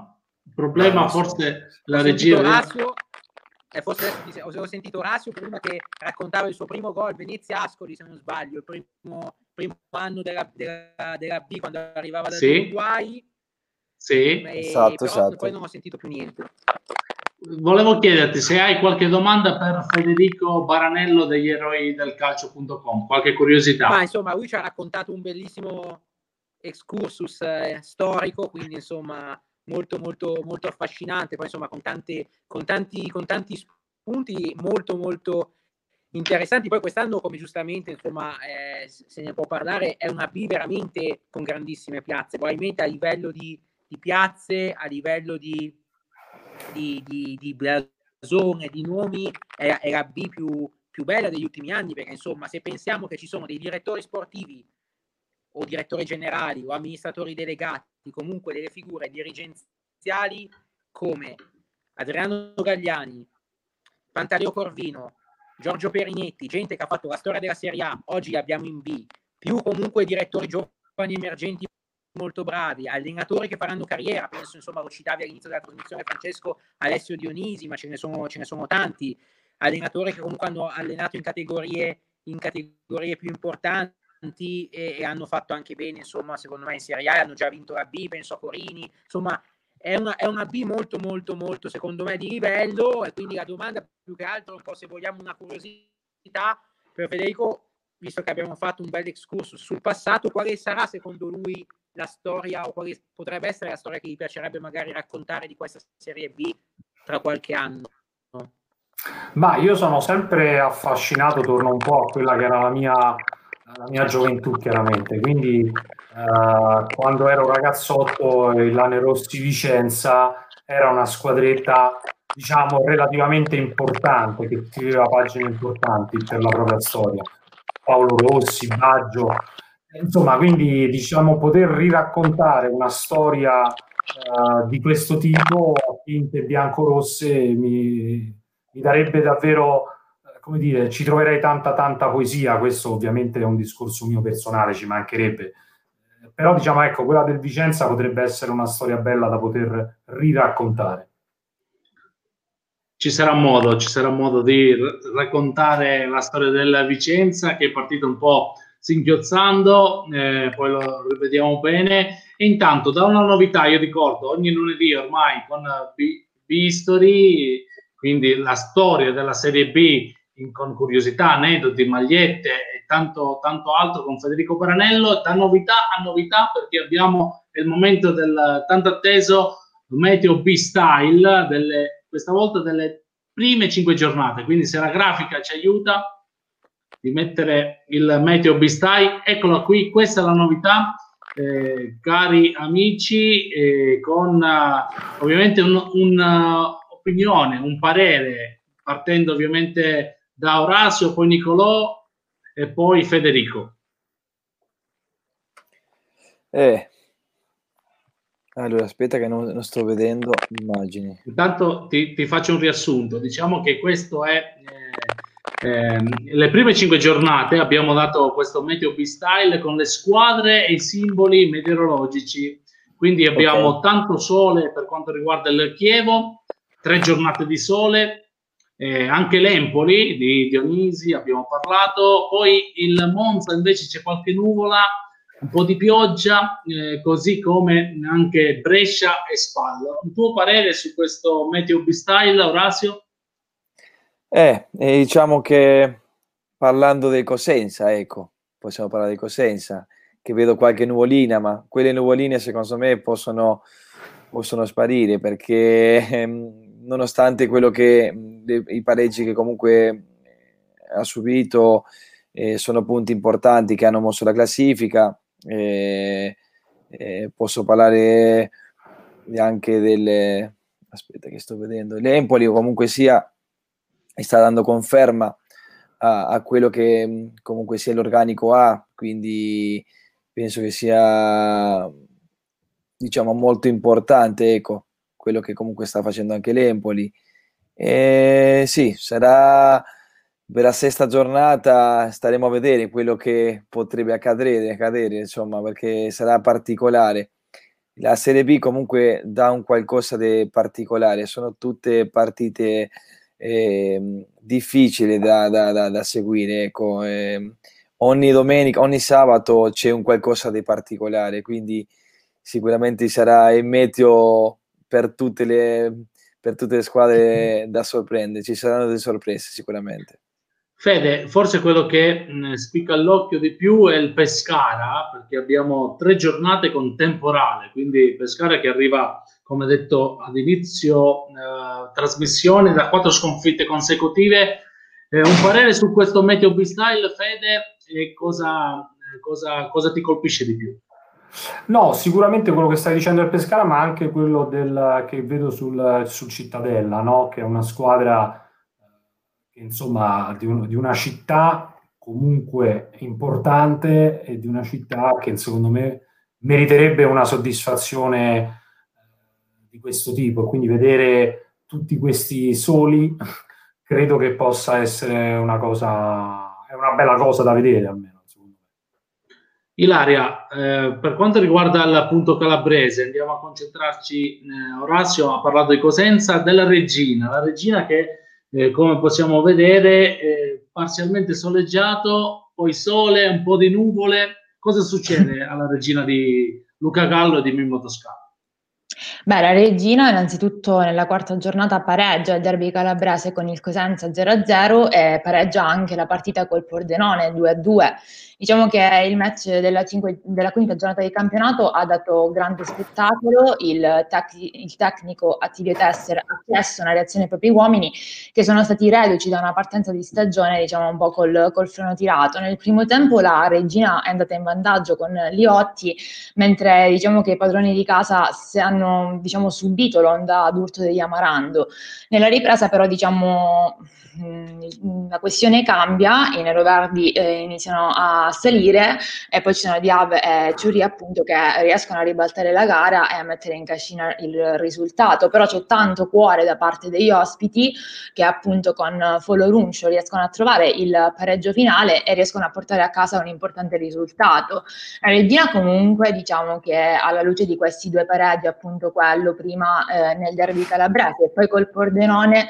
Il problema No, forse sì. la Ho regia... sentito Orazio, eh, forse ho sentito Orazio prima che raccontava il suo primo gol, Venezia-Ascoli se non sbaglio, il primo, primo anno della, della, della B quando arrivava dall'Uruguay. Sì, sì. E, Esatto, però esatto. poi non ho sentito più niente. Volevo chiederti se hai qualche domanda per Federico Baranello degli eroi del calcio punto com, qualche curiosità. Ma insomma, lui ci ha raccontato un bellissimo excursus eh, storico, quindi insomma molto molto molto affascinante, poi insomma con tanti con tanti con tanti spunti molto molto interessanti. Poi quest'anno, come giustamente insomma eh, se ne può parlare, è una B veramente con grandissime piazze, probabilmente a livello di, di piazze, a livello di di, di, di blasone, di nomi, è, è la B più, più bella degli ultimi anni, perché insomma se pensiamo che ci sono dei direttori sportivi o direttori generali o amministratori delegati, comunque delle figure dirigenziali come Adriano Gagliani, Pantaleo Corvino, Giorgio Perinetti, gente che ha fatto la storia della Serie A, oggi li abbiamo in B, più comunque direttori giovani emergenti molto bravi, allenatori che faranno carriera, penso insomma lo citavi all'inizio della trasmissione Francesco, Alessio Dionisi, ma ce ne sono, ce ne sono tanti, allenatori che comunque hanno allenato in categorie, in categorie più importanti e, e hanno fatto anche bene, insomma secondo me in Serie A, hanno già vinto la B, penso a Corini, insomma è una, è una B molto molto molto secondo me di livello, e quindi la domanda più che altro un po' se vogliamo una curiosità per Federico, visto che abbiamo fatto un bel excursus sul passato, quale sarà secondo lui la storia, o quale potrebbe essere la storia che gli piacerebbe magari raccontare di questa Serie B tra qualche anno? Ma io sono sempre affascinato, torno un po' a quella che era la mia, la mia gioventù, chiaramente. Quindi eh, quando ero ragazzotto, il Lanerossi Vicenza era una squadretta, diciamo, relativamente importante, che scriveva pagine importanti per la propria storia. Paolo Rossi, Baggio, insomma, quindi diciamo poter riraccontare una storia uh, di questo tipo a tinte bianco-rosse mi, mi darebbe davvero, come dire, ci troverei tanta tanta poesia. Questo ovviamente è un discorso mio personale, ci mancherebbe, però diciamo, ecco, quella del Vicenza potrebbe essere una storia bella da poter riraccontare. Ci sarà modo, ci sarà modo di raccontare la storia della Vicenza, che è partita un po' singhiozzando, eh, poi lo rivediamo bene. E intanto, da una novità, io ricordo ogni lunedì ormai con B-History, quindi la storia della Serie B in, con curiosità, aneddoti, magliette e tanto, tanto altro con Federico Baranello, da novità a novità, perché abbiamo il momento del tanto atteso Meteo B-Style, delle, questa volta delle prime cinque giornate, quindi se la grafica ci aiuta di mettere il Meteo B-Style, eccola qui, questa è la novità, eh, cari amici, eh, con uh, ovviamente un'opinione, un, uh, un parere, partendo ovviamente da Orazio, poi Nicolò e poi Federico. Eh. Allora, aspetta che non, non sto vedendo immagini. Intanto ti, ti faccio un riassunto. Diciamo che questo è eh, eh, le prime cinque giornate abbiamo dato questo Meteo B-Style con le squadre e i simboli meteorologici. Quindi abbiamo okay. tanto sole per quanto riguarda il Chievo, tre giornate di sole, eh, anche l'Empoli di Dionisi abbiamo parlato, poi il Monza invece c'è qualche nuvola, un po' di pioggia, eh, così come anche Brescia e Spal. Un tuo parere su questo Meteo B-Style, Orazio? Eh, eh, diciamo che parlando del Cosenza, ecco, possiamo parlare del Cosenza, che vedo qualche nuvolina, ma quelle nuvoline secondo me possono, possono sparire, perché ehm, nonostante quello che de, i pareggi che comunque ha subito eh, sono punti importanti che hanno mosso la classifica. Eh, eh, posso parlare anche delle aspetta che sto vedendo l'Empoli, o comunque sia sta dando conferma a, a quello che comunque sia l'organico A, quindi penso che sia diciamo molto importante, ecco, quello che comunque sta facendo anche l'Empoli. E sì, sarà per la sesta giornata, staremo a vedere quello che potrebbe accadere, accadere insomma, perché sarà particolare. la Serie B comunque dà un qualcosa di particolare, sono tutte partite eh, difficili da, da, da, da seguire, ecco. Eh, ogni domenica, ogni sabato c'è un qualcosa di particolare, quindi sicuramente sarà il meteo per tutte le, per tutte le squadre da sorprendere, ci saranno delle sorprese sicuramente. Fede, forse quello che mh, spicca all'occhio di più è il Pescara, perché abbiamo tre giornate con temporale, quindi Pescara che arriva, come detto ad inizio eh, trasmissione, da quattro sconfitte consecutive. Eh, un parere su questo Meteo B-Style, Fede, e cosa, eh, cosa, cosa ti colpisce di più? No, sicuramente quello che stai dicendo del Pescara, ma anche quello del, che vedo sul, sul Cittadella, no? Che è una squadra che, insomma, di, un, di una città comunque importante e di una città che secondo me meriterebbe una soddisfazione di questo tipo. Quindi vedere tutti questi soli credo che possa essere una cosa, è una bella cosa da vedere almeno. Ilaria, eh, per quanto riguarda il punto calabrese, andiamo a concentrarci, eh, Orazio ha parlato di Cosenza, della Regina, la Regina che eh, come possiamo vedere è parzialmente soleggiato, poi sole, un po' di nuvole. Cosa succede alla Regina di Luca Gallo e di Mimmo Toscano? Beh, la Regina innanzitutto nella quarta giornata pareggia il derby calabrese con il Cosenza zero a zero e pareggia anche la partita col Pordenone due a due. Diciamo che il match della, cinque, della quinta giornata di campionato ha dato grande spettacolo, il, tec- il tecnico Attilio Tesser ha chiesto una reazione ai propri uomini che sono stati reduci da una partenza di stagione diciamo un po' col, col freno tirato. Nel primo tempo la Regina è andata in vantaggio con Liotti, mentre diciamo che i padroni di casa si hanno diciamo, subito l'onda d'urto degli Amarando. Nella ripresa però diciamo la questione cambia, i neroverdi eh, iniziano a salire e poi ci sono Diab e Ciuri appunto che riescono a ribaltare la gara e a mettere in cascina il risultato, però c'è tanto cuore da parte degli ospiti che appunto con Foloruncio riescono a trovare il pareggio finale e riescono a portare a casa un importante risultato. La Regina comunque diciamo che alla luce di questi due pareggi, appunto quello prima eh, nel derby calabrese e poi col Pordenone,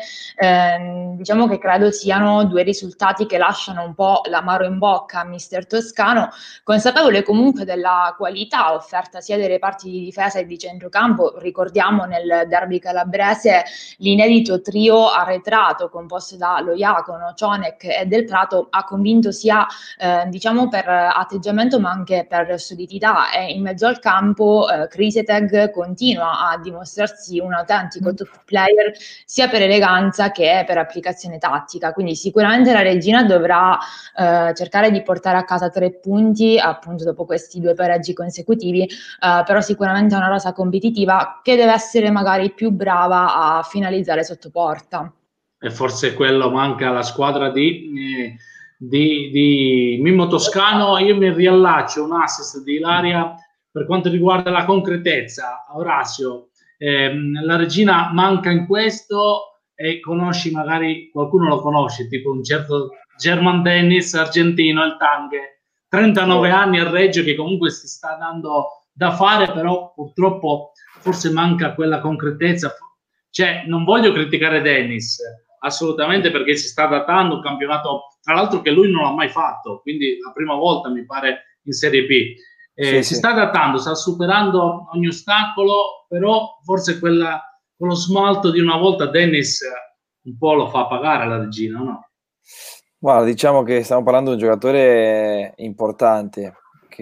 eh, diciamo che credo siano due risultati che lasciano un po' l'amaro in bocca a mister Toscano, consapevole comunque della qualità offerta sia dai reparti di difesa che di centrocampo. Ricordiamo nel derby calabrese l'inedito trio arretrato composto da Loiacono, Cionek e Del Prato ha convinto sia eh, diciamo per atteggiamento ma anche per solidità, e in mezzo al campo eh, Kriseteg continua a dimostrarsi un autentico top player sia per eleganza che per applicazione tattica, quindi sicuramente la Regina dovrà eh, cercare di portare a casa tre punti appunto dopo questi due pareggi consecutivi, eh, però sicuramente è una rosa competitiva che deve essere magari più brava a finalizzare sotto porta. E forse quello manca alla squadra di, eh, di, di Mimmo Toscano. Io mi riallaccio un assist di Ilaria per quanto riguarda la concretezza. Orazio, ehm, la Regina manca in questo, e conosci magari, qualcuno lo conosce, tipo un certo German Dennis argentino, il Tanghe, trentanove anni a Reggio, che comunque si sta dando da fare, però purtroppo forse manca quella concretezza. Cioè, non voglio criticare Dennis assolutamente, perché si sta adattando un campionato, tra l'altro, che lui non ha mai fatto, quindi la prima volta mi pare in Serie B. Eh, sì, si sì. sta adattando, sta superando ogni ostacolo, però forse quella, quello smalto di una volta Dennis un po' lo fa pagare alla Regina, no? Guarda, diciamo che stiamo parlando di un giocatore importante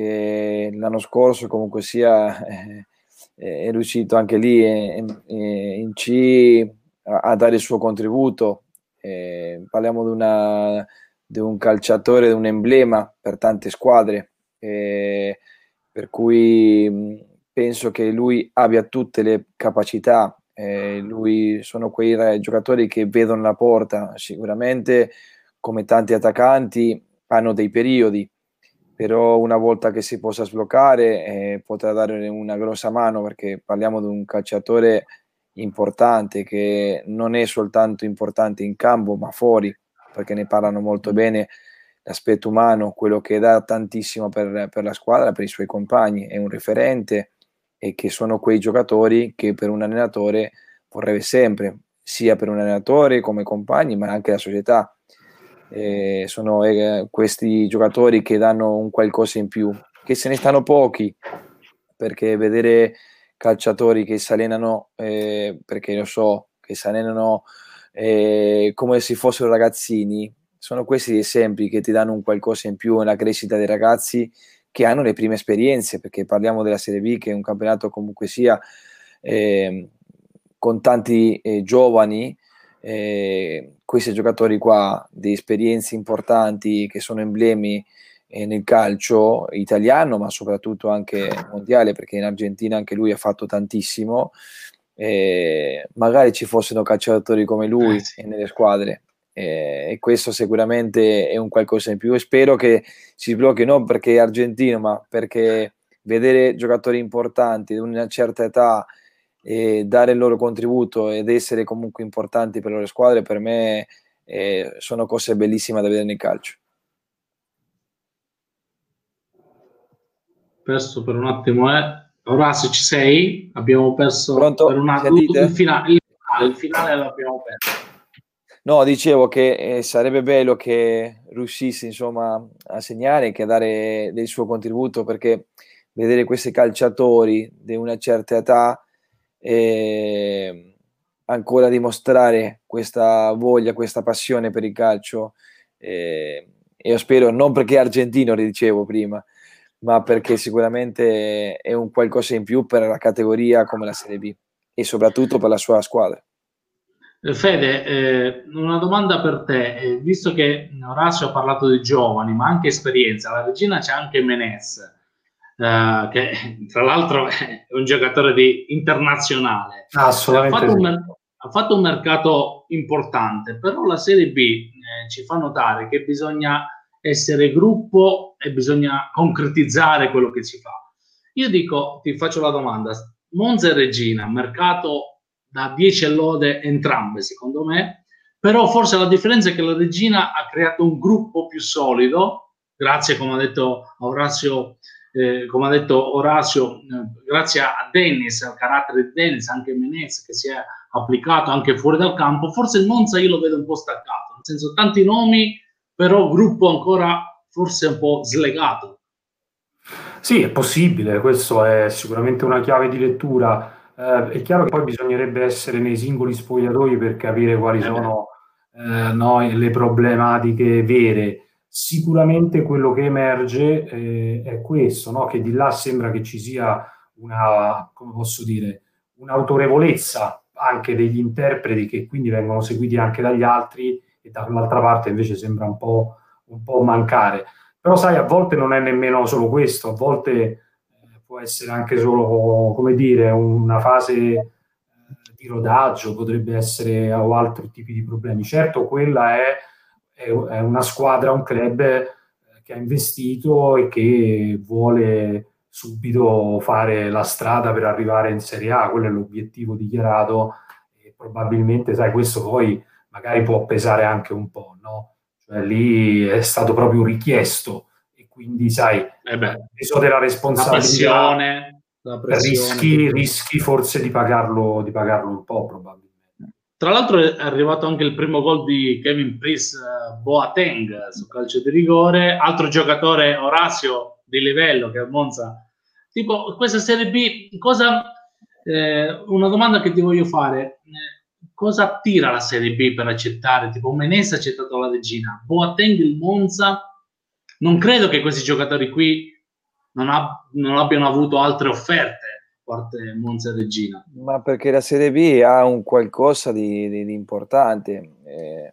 che l'anno scorso comunque sia eh, è riuscito anche lì eh, in C a, a dare il suo contributo. Eh, parliamo di, una, di un calciatore, di un emblema per tante squadre, eh, per cui mh, penso che lui abbia tutte le capacità. Eh, lui sono quei giocatori che vedono la porta, sicuramente come tanti attaccanti hanno dei periodi, però una volta che si possa sbloccare eh, potrà dare una grossa mano, perché parliamo di un calciatore importante che non è soltanto importante in campo ma fuori, perché ne parlano molto bene, l'aspetto umano, quello che dà tantissimo per, per la squadra, per i suoi compagni, è un referente e che sono quei giocatori che per un allenatore vorrebbe sempre, sia per un allenatore come compagni, ma anche la società. Eh, sono eh, questi giocatori che danno un qualcosa in più, che se ne stanno pochi, perché vedere calciatori che si allenano, eh, perché lo so, che si allenano eh, come se fossero ragazzini, sono questi gli esempi che ti danno un qualcosa in più nella crescita dei ragazzi che hanno le prime esperienze, perché parliamo della Serie B, che è un campionato comunque sia eh, con tanti eh, giovani, eh, questi giocatori qua di esperienze importanti che sono emblemi eh, nel calcio italiano, ma soprattutto anche mondiale, perché in Argentina anche lui ha fatto tantissimo. Eh, magari ci fossero calciatori come lui eh, sì. nelle squadre, eh, e questo sicuramente è un qualcosa in più, e spero che si sblocchi non perché è argentino, ma perché vedere giocatori importanti di una certa età e dare il loro contributo ed essere comunque importanti per le loro squadre, per me eh, sono cose bellissime da vedere nel calcio. Perso per un attimo, eh. Orazio, ci sei? Abbiamo perso Pronto? per un attimo il finale, il finale, il finale l'abbiamo perso. No, dicevo che eh, sarebbe bello che riuscisse insomma a segnare, che a dare del suo contributo, perché vedere questi calciatori di una certa età eh, ancora dimostrare questa voglia, questa passione per il calcio, eh, io spero, non perché è argentino, lo dicevo prima, ma perché sicuramente è un qualcosa in più per la categoria come la Serie B e soprattutto per la sua squadra. Fede, eh, una domanda per te, eh, visto che Orazio ha parlato di giovani, ma anche esperienza, la regina c'è anche Menez, eh, che tra l'altro è un giocatore di internazionale, Assolutamente ha fatto, sì. un, ha fatto un mercato importante, però la Serie B eh, ci fa notare che bisogna essere gruppo e bisogna concretizzare quello che si fa. Io dico, ti faccio la domanda, Monza e Regina, mercato da dieci lode entrambe secondo me, però forse la differenza è che la Regina ha creato un gruppo più solido, grazie come ha detto Orazio, eh, come ha detto Orazio, eh, grazie a Dennis, al carattere di Dennis, anche Menez che si è applicato anche fuori dal campo. Forse il Monza io lo vedo un po' staccato, nel senso tanti nomi, però gruppo ancora forse un po' slegato. Sì, è possibile, questo è sicuramente una chiave di lettura. Eh, è chiaro che poi bisognerebbe essere nei singoli spogliatoi per capire quali sono eh, no, le problematiche vere. Sicuramente quello che emerge eh, è questo, no? Che di là sembra che ci sia una, come posso dire, un'autorevolezza anche degli interpreti che quindi vengono seguiti anche dagli altri, e dall'altra parte invece sembra un po', un po' mancare. Però sai, a volte non è nemmeno solo questo, a volte eh, può essere anche solo, come dire, una fase eh, di rodaggio, potrebbe essere o altri tipi di problemi. Certo, quella è, è, è una squadra, un club eh, che ha investito e che vuole subito fare la strada per arrivare in Serie A, quello è l'obiettivo dichiarato, e probabilmente, sai, questo poi magari può pesare anche un po', no? Cioè, lì è stato proprio richiesto e quindi, sai, Eh beh, il peso della responsabilità, la pressione, la pressione rischi, rischi forse di pagarlo, di pagarlo un po', probabilmente. Tra l'altro è arrivato anche il primo gol di Kevin Prince uh, Boateng su calcio di rigore, altro giocatore, Orazio, di livello, che al Monza. Tipo, questa Serie B, cosa, eh, una domanda che ti voglio fare, eh, cosa attira la Serie B per accettare? Tipo, Menez ha accettato la Regina, Boateng il Monza. Non credo che questi giocatori qui non, ab- non abbiano avuto altre offerte a parte Monza e Regina. Ma perché la Serie B ha un qualcosa di, di, di importante. Eh,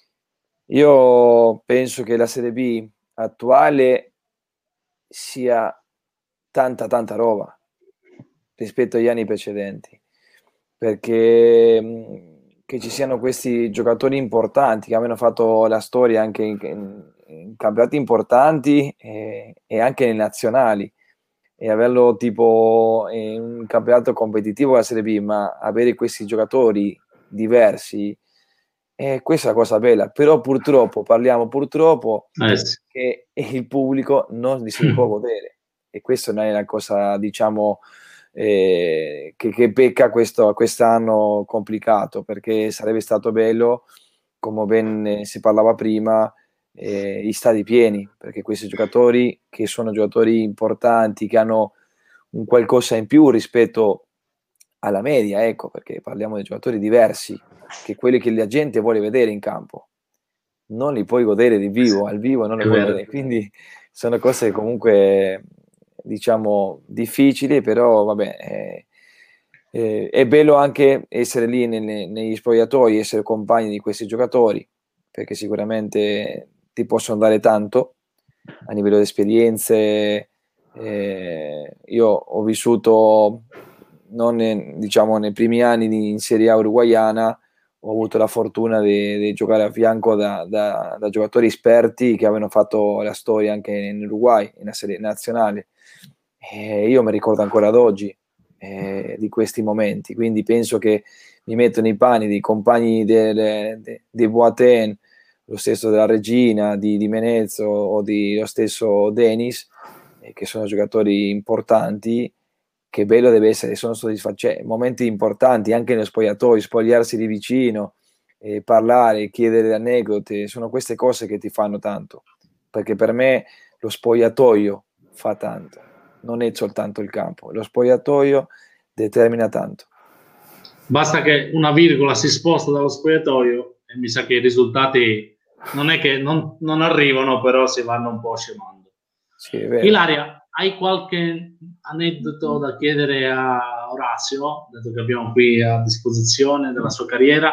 io penso che la Serie B attuale sia tanta tanta roba rispetto agli anni precedenti, perché mh, che ci siano questi giocatori importanti che hanno fatto la storia anche in, in, in campionati importanti e, e anche nei nazionali, e averlo tipo in un campionato competitivo della Serie B, ma avere questi giocatori diversi, eh, questa è la cosa bella. Però purtroppo, parliamo purtroppo Eh sì. che il pubblico non si può godere, e questa non è una cosa, diciamo, eh, che, che becca questo quest'anno complicato, perché sarebbe stato bello, come ben si parlava prima, eh, gli stadi pieni, perché questi giocatori che sono giocatori importanti, che hanno un qualcosa in più rispetto alla media, ecco, perché parliamo di giocatori diversi, che quelli che la gente vuole vedere in campo, non li puoi godere di vivo, al vivo non li puoi vedere, quindi sono cose comunque, diciamo, difficili, però vabbè, eh, eh, è bello anche essere lì nelle, negli spogliatoi, essere compagni di questi giocatori, perché sicuramente ti possono dare tanto a livello di esperienze. Eh, io ho vissuto non ne, diciamo nei primi anni di, in Serie A uruguaiana, ho avuto la fortuna di, di giocare a fianco da, da, da giocatori esperti che avevano fatto la storia anche in Uruguay, in serie nazionale, e io mi ricordo ancora ad oggi eh, di questi momenti, quindi penso che mi metto nei panni dei compagni del, de, de Boateng, lo stesso della Regina, di, di Menezzo o di lo stesso Denis, eh, che sono giocatori importanti. Che bello deve essere, sono soddisfacenti, momenti importanti anche nello spogliatoio, spogliarsi di vicino, eh, parlare, chiedere aneddoti, sono queste cose che ti fanno tanto, perché per me lo spogliatoio fa tanto, non è soltanto il campo, lo spogliatoio determina tanto. Basta che una virgola si sposta dallo spogliatoio e mi sa che i risultati non è che non, non arrivano, però si vanno un po' scemando. Sì, è vero. Ilaria, hai qualche aneddoto da chiedere a Orazio, dato che abbiamo qui a disposizione della sua carriera?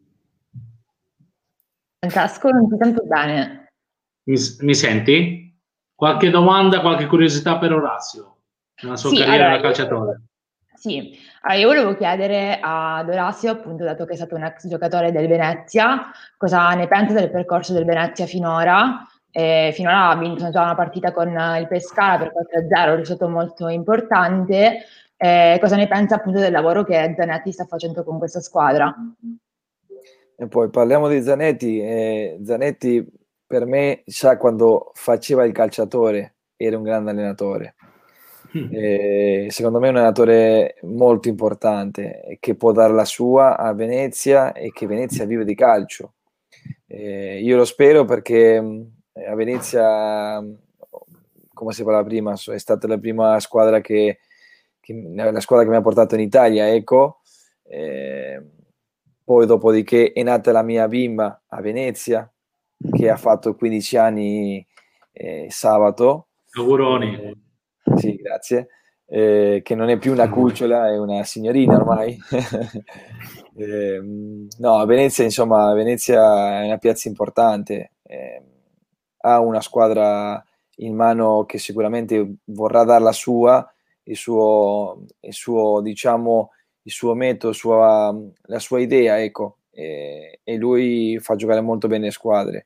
Francesco, non ti sento bene. Mi, mi senti? Qualche domanda, qualche curiosità per Orazio, nella sua Sì, carriera allora, da calciatore? Sì, allora io volevo chiedere ad Orazio, appunto, dato che è stato un ex giocatore del Venezia, cosa ne pensa del percorso del Venezia finora? Eh, finora ha vinto già una partita con il Pescara per quattro a zero, un risultato molto importante. Eh, cosa ne pensa appunto del lavoro che Zanetti sta facendo con questa squadra? E poi parliamo di Zanetti. Eh, Zanetti per me, già quando faceva il calciatore, era un grande allenatore. Eh, secondo me è un allenatore molto importante, che può dare la sua a Venezia e che Venezia vive di calcio. Eh, io lo spero perché a Venezia, come si parlava prima, è stata la prima squadra che, che la squadra che mi ha portato in Italia, ecco. Eh, poi dopodiché è nata la mia bimba a Venezia, che ha fatto quindici anni eh, sabato. Auguroni. Eh, sì, grazie. Eh, che non è più una cucciola, è una signorina ormai. eh, no, a Venezia, insomma, Venezia è una piazza importante, eh, ha una squadra in mano che sicuramente vorrà dar la sua, il suo, il suo diciamo, il suo metodo, sua, la sua idea, ecco, eh, e lui fa giocare molto bene le squadre.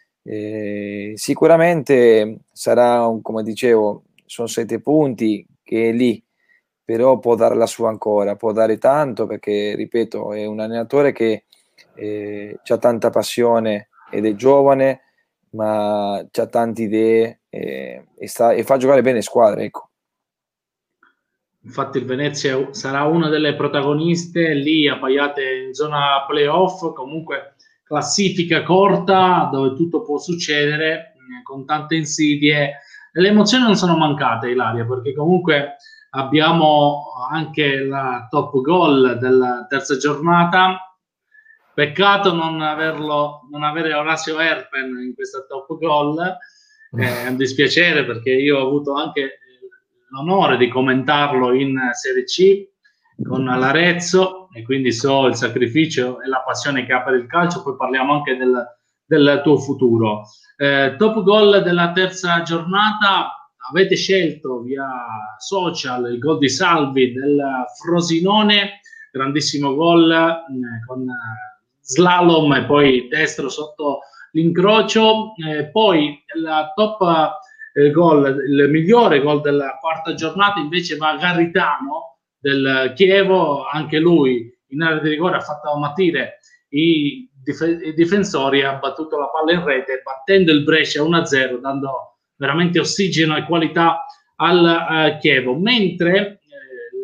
Eh, sicuramente sarà, un, come dicevo, sono sette punti che è lì, però può dare la sua ancora, può dare tanto perché, ripeto, è un allenatore che eh, ha tanta passione ed è giovane, ma ha tante idee eh, e, sta, e fa giocare bene le squadre, ecco. Infatti il Venezia sarà una delle protagoniste lì appaiate in zona playoff, comunque classifica corta dove tutto può succedere, con tante insidie. Le emozioni non sono mancate, Ilaria, perché comunque abbiamo anche la top goal della terza giornata. Peccato non averlo, non avere Orazio Erpen in questa top goal, è un dispiacere perché io ho avuto anche l'onore di commentarlo in Serie C con l'Arezzo e quindi so il sacrificio e la passione che ha per il calcio. Poi parliamo anche del, del tuo futuro. Eh, top goal della terza giornata, avete scelto via social il gol di Salvi del Frosinone, grandissimo gol eh, con slalom e poi destro sotto l'incrocio. Eh, poi la top eh, gol, il migliore gol della quarta giornata invece va a Garitano del Chievo, anche lui in area di rigore ha fatto ammattire i, dif- i difensori e ha battuto la palla in rete battendo il Brescia uno a zero, dando veramente ossigeno e qualità al uh, Chievo, mentre eh,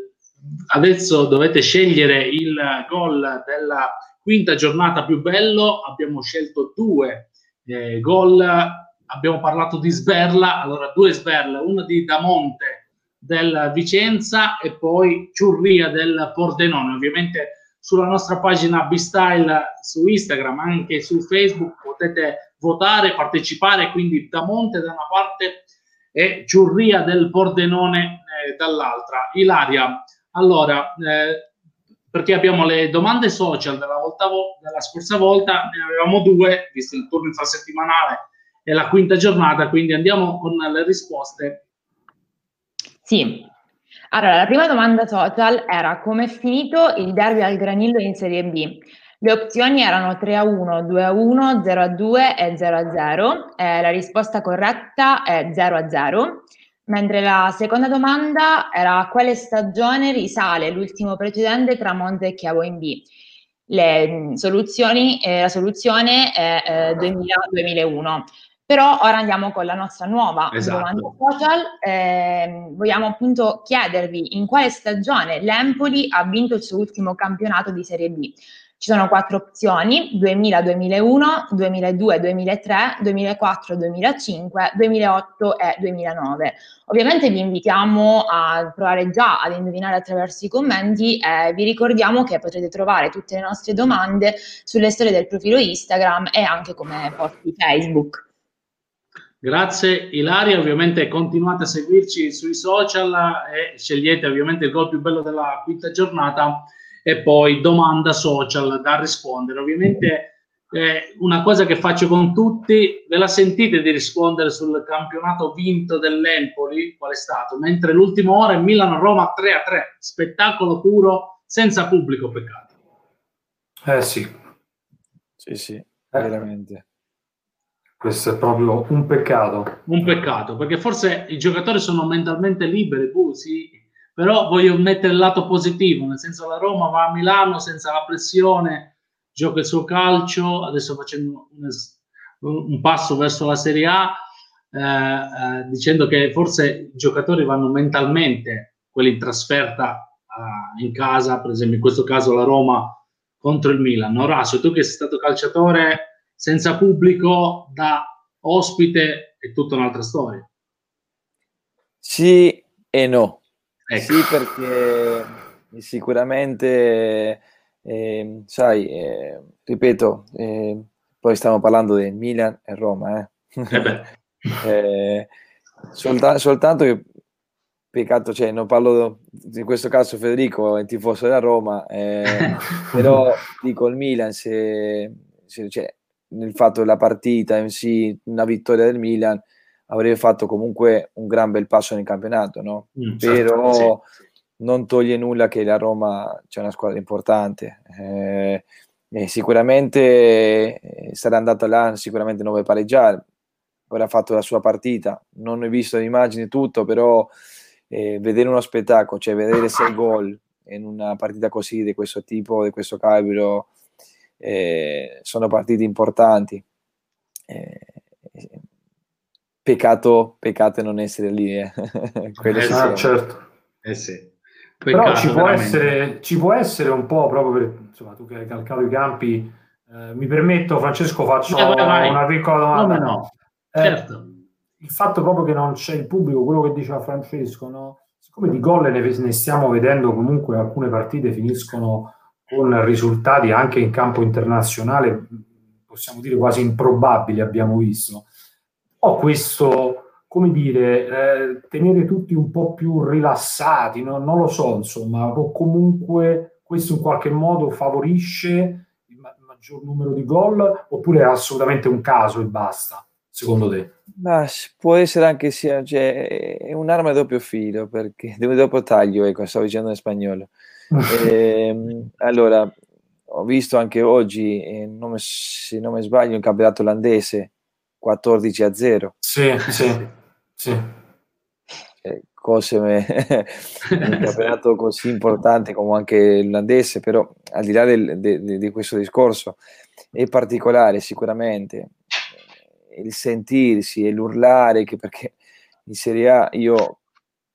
adesso dovete scegliere il gol della quinta giornata più bello. Abbiamo scelto due eh, gol, abbiamo parlato di Sberla, allora due Sberla, uno di Damonte del Vicenza e poi Ciurria del Pordenone. Ovviamente sulla nostra pagina B-Style su Instagram, anche su Facebook potete votare, partecipare, quindi Damonte da una parte e Ciurria del Pordenone eh, dall'altra. Ilaria, allora, eh, perché abbiamo le domande social della, volta vo- della scorsa volta, ne avevamo due, visto il turno infrasettimanale e la quinta giornata, quindi andiamo con le risposte. Sì. Allora, la prima domanda social era: come è finito il derby al Granillo in Serie B? Le opzioni erano tre a uno, due a uno, zero a due e zero a zero. Eh, la risposta corretta è zero a zero. Mentre la seconda domanda era: a quale stagione risale l'ultimo precedente tra Monza e Chievo in B? Le mh, soluzioni, eh, la soluzione è eh, duemila duemilauno. Però ora andiamo con la nostra nuova Esatto. domanda social. Eh, vogliamo appunto chiedervi in quale stagione l'Empoli ha vinto il suo ultimo campionato di Serie B. Ci sono quattro opzioni: duemila duemilauno, duemiladue duemilatré, duemilaquattro duemilacinque, duemilaotto e duemilanove. Ovviamente vi invitiamo a provare già ad indovinare attraverso i commenti e vi ricordiamo che potrete trovare tutte le nostre domande sulle storie del profilo Instagram e anche come post di Facebook. Grazie Ilaria, ovviamente continuate a seguirci sui social e scegliete ovviamente il gol più bello della quinta giornata e poi domanda social da rispondere. Ovviamente eh, una cosa che faccio con tutti, ve la sentite di rispondere sul campionato vinto dell'Empoli? Qual è stato? Mentre l'ultima ora è Milano-Roma tre a tre, spettacolo puro, senza pubblico, peccato. Eh sì. Sì, sì, Eh. veramente. Questo è proprio un peccato. Un peccato, perché forse i giocatori sono mentalmente liberi, uh, sì, però voglio mettere il lato positivo, nel senso la Roma va a Milano senza la pressione, gioca il suo calcio, adesso facendo un, un passo verso la Serie A, eh, eh, dicendo che forse i giocatori vanno mentalmente, quelli in trasferta eh, in casa, per esempio in questo caso la Roma contro il Milan. Orazio, tu che sei stato calciatore senza pubblico, da ospite è tutta un'altra storia. Sì e no. Ecco. Sì, perché sicuramente, eh, sai, eh, ripeto, eh, poi stiamo parlando del Milan e Roma, eh. Eh beh. eh, solta- soltanto che peccato, cioè non parlo in questo caso Federico è tifoso della Roma, eh, però dico il Milan se, se cioè, nel fatto della partita in sì, una vittoria del Milan avrebbe fatto comunque un gran bel passo nel campionato, no? Mm, Però certo, sì. non toglie nulla che la Roma c'è una squadra importante, eh, e sicuramente eh, sarà andata là sicuramente non vuole pareggiare, avrà fatto la sua partita, non ho visto le immagini tutto, però eh, vedere uno spettacolo, cioè vedere sei gol in una partita così di questo tipo, di questo calibro, eh, sono partite importanti. Eh, peccato, peccato non essere lì, eh. Quello Eh sì. Ah, certo. Eh sì. Però Peccato, ci può, veramente. essere, ci può essere un po' proprio per, insomma, tu che hai calcato i campi, eh, mi permetto, Francesco, faccio Vai, vai, vai. una piccola domanda. Come no? Eh, Certo. il fatto proprio che non c'è il pubblico, quello che diceva Francesco, no? Siccome di gol ne, ne stiamo vedendo comunque alcune partite finiscono con risultati anche in campo internazionale, possiamo dire quasi improbabili, abbiamo visto. Ho questo, come dire, eh, tenere tutti un po' più rilassati, no? Non lo so, insomma, o comunque questo in qualche modo favorisce il ma- maggior numero di gol, oppure è assolutamente un caso e basta, secondo te? Ma può essere anche sia, cioè, è un'arma a doppio filo, perché dopo taglio, ecco, stavo dicendo in spagnolo. Ehm, allora, ho visto anche oggi, eh, non mi- se non mi sbaglio, un campionato olandese quattordici a zero. Sì, sì, sì. Cioè, cose me- in un campionato così importante come anche l'olandese, però al di là del- de- de- di questo discorso è particolare sicuramente il sentirsi e l'urlare, che perché in Serie A io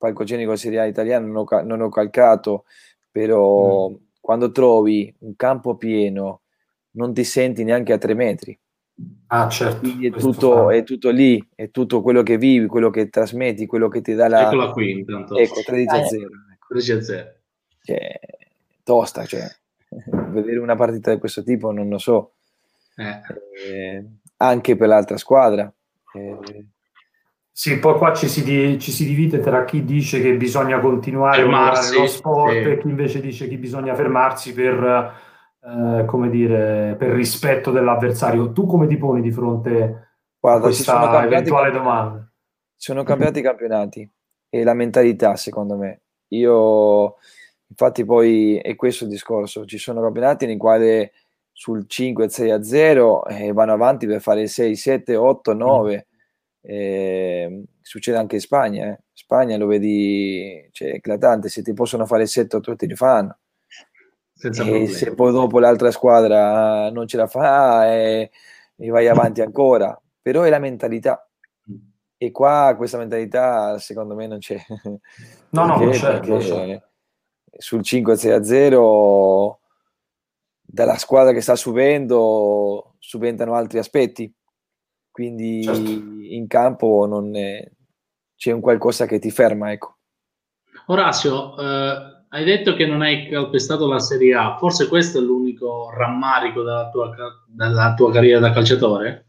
palcoscenico Serie A italiano non ho, ca- non ho calcato, però mm. quando trovi un campo pieno non ti senti neanche a tre metri. Ah, certo. Quindi è tutto, è tutto lì, è tutto quello che vivi, quello che trasmetti, quello che ti dà la... Eccola qui intanto. Ecco, tredici a zero. tredici a zero. Cioè, tosta, cioè. Vedere una partita di questo tipo non lo so. Eh. Eh, anche per l'altra squadra. Eh, Sì, poi qua ci si, di, ci si divide tra chi dice che bisogna continuare a onorare lo sport sì. e chi invece dice che bisogna fermarsi per, eh, come dire, per rispetto dell'avversario. Tu come ti poni di fronte Guarda, a questa eventuale domanda? Sono cambiati i campionati e la mentalità, secondo me. Io, infatti, poi è questo il discorso. Ci sono campionati nei quali sul cinque sei a zero eh, vanno avanti per fare sei, sette, otto, nove. Eh, succede anche in Spagna. Eh. Spagna lo vedi, cioè, eclatante. Se ti possono fare sette, otto, te li fanno. Senza e problemi. Se poi dopo l'altra squadra non ce la fa e, e vai avanti ancora. Però è la mentalità. E qua questa mentalità secondo me non c'è. No, perché? no, certo, Perché certo. sul cinque sei a zero dalla squadra che sta subendo subentrano altri aspetti. Quindi certo. In campo non è, c'è un qualcosa che ti ferma, ecco. Orazio, eh, hai detto che non hai calpestato la Serie A, forse questo è l'unico rammarico della tua, della tua carriera da calciatore?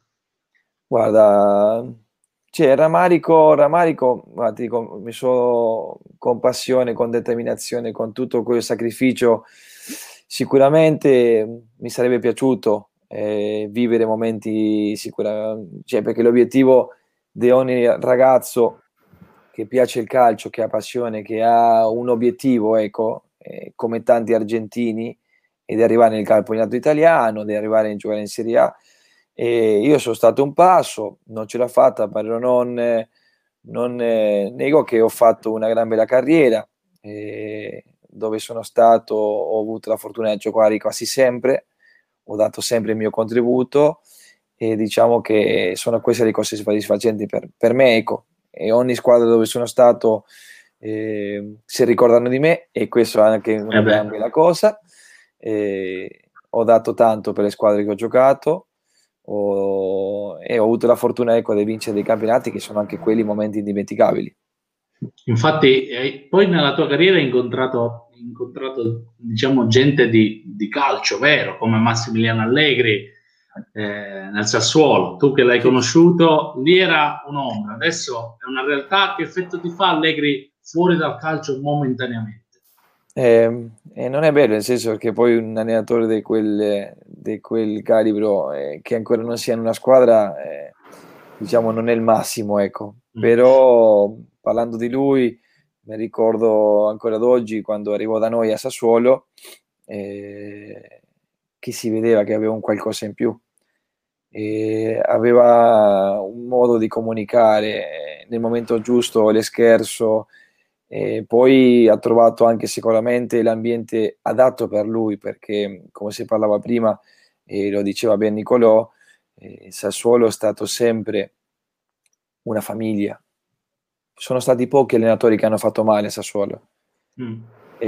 Guarda, cioè, rammarico, rammarico, guarda, ti dico, mi sono con passione, con determinazione, con tutto quel sacrificio, sicuramente mi sarebbe piaciuto eh, vivere momenti sicuramente, cioè, perché l'obiettivo di ogni ragazzo che piace il calcio, che ha passione, che ha un obiettivo, ecco, eh, come tanti argentini, è di arrivare nel campionato italiano, di arrivare a giocare in Serie A. E io sono stato un passo, non ce l'ho fatta, però non, non eh, nego che ho fatto una gran bella carriera, eh, dove sono stato, ho avuto la fortuna di giocare quasi sempre, ho dato sempre il mio contributo e diciamo che sono queste le cose soddisfacenti per, per me, ecco. E ogni squadra dove sono stato eh, si ricordano di me e questo è anche una eh gran bella cosa. Eh, ho dato tanto per le squadre che ho giocato. Ho, e ho avuto la fortuna ecco, di vincere dei campionati che sono anche quelli momenti indimenticabili. Infatti eh, poi nella tua carriera hai incontrato, incontrato diciamo gente di, di calcio vero come Massimiliano Allegri eh, nel Sassuolo, tu che l'hai sì. conosciuto, lì era un'ombra, adesso è una realtà. Che effetto ti fa Allegri fuori dal calcio momentaneamente? Eh, eh, non è bello, nel senso che poi un allenatore di quel, di quel calibro eh, che ancora non sia in una squadra eh, diciamo non è il massimo, ecco. Mm. Però parlando di lui mi ricordo ancora ad oggi quando arrivò da noi a Sassuolo eh, che si vedeva che aveva un qualcosa in più e aveva un modo di comunicare nel momento giusto, le scherzo. E poi ha trovato anche sicuramente l'ambiente adatto per lui perché come si parlava prima e lo diceva ben Nicolò, eh, Sassuolo è stato sempre una famiglia, sono stati pochi allenatori che hanno fatto male a Sassuolo mm.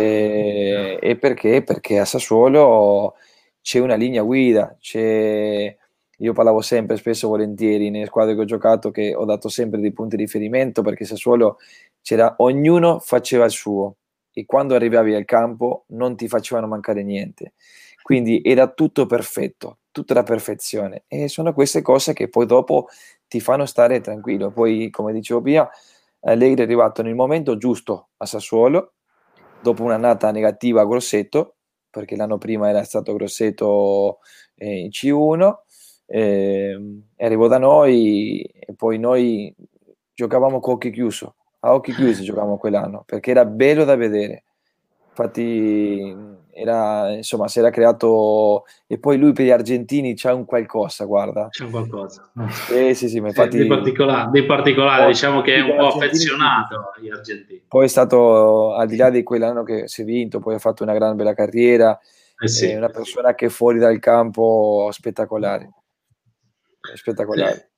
e, e perché? Perché a Sassuolo c'è una linea guida, c'è, io parlavo sempre spesso volentieri nelle squadre che ho giocato che ho dato sempre dei punti di riferimento perché Sassuolo c'era, ognuno faceva il suo e quando arrivavi al campo non ti facevano mancare niente, quindi era tutto perfetto, tutta la perfezione e sono queste cose che poi dopo ti fanno stare tranquillo. Poi come dicevo prima Allegri è arrivato nel momento giusto a Sassuolo dopo un'annata negativa a Grosseto perché l'anno prima era stato Grosseto eh, in C uno, eh, arrivò da noi e poi noi giocavamo con occhi chiuso a occhi chiusi giocavamo quell'anno perché era bello da vedere, infatti era, insomma, si era creato e poi lui per gli argentini c'ha un qualcosa, guarda c'è qualcosa eh, sì, sì, ma infatti, sì, di particolare, di particolare poi, diciamo che è un po' affezionato agli argentini. Poi è stato, al di là di quell'anno che si è vinto, poi ha fatto una gran bella carriera, eh sì, è una persona che fuori dal campo spettacolare spettacolare sì.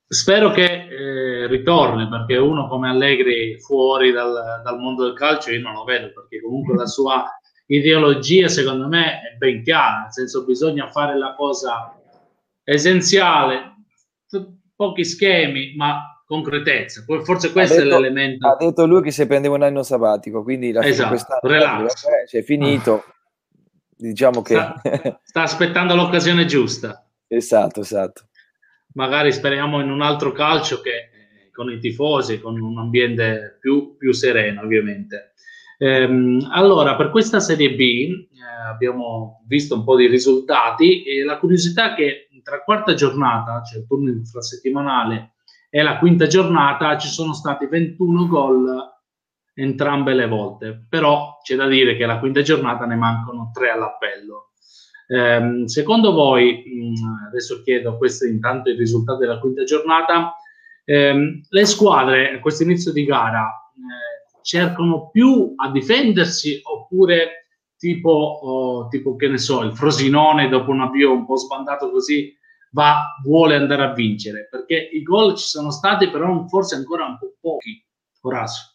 spero che eh, ritorni, perché uno come Allegri fuori dal, dal mondo del calcio io non lo vedo, perché comunque la sua ideologia secondo me è ben chiara, nel senso bisogna fare la cosa essenziale, pochi schemi ma concretezza, forse questo ha detto, è l'elemento. Ha detto lui che si prendeva un anno sabbatico, quindi la esatto, quest'anno relax. Cioè, è finito, diciamo che sta, sta aspettando l'occasione giusta. Esatto, esatto. Magari speriamo in un altro calcio che eh, con i tifosi, con un ambiente più, più sereno, ovviamente. Ehm, allora, per questa Serie B eh, abbiamo visto un po' di risultati e la curiosità è che tra quarta giornata, cioè il turno infrasettimanale, e la quinta giornata ci sono stati ventuno gol entrambe le volte, però c'è da dire che la quinta giornata ne mancano tre all'appello. Eh, secondo voi, mh, adesso chiedo questo intanto il risultato della quinta giornata, ehm, le squadre a questo inizio di gara eh, cercano più a difendersi oppure tipo, oh, tipo che ne so, il Frosinone dopo un avvio un po' sbandato così va, vuole andare a vincere, perché i gol ci sono stati però forse ancora un po' pochi. Orazio.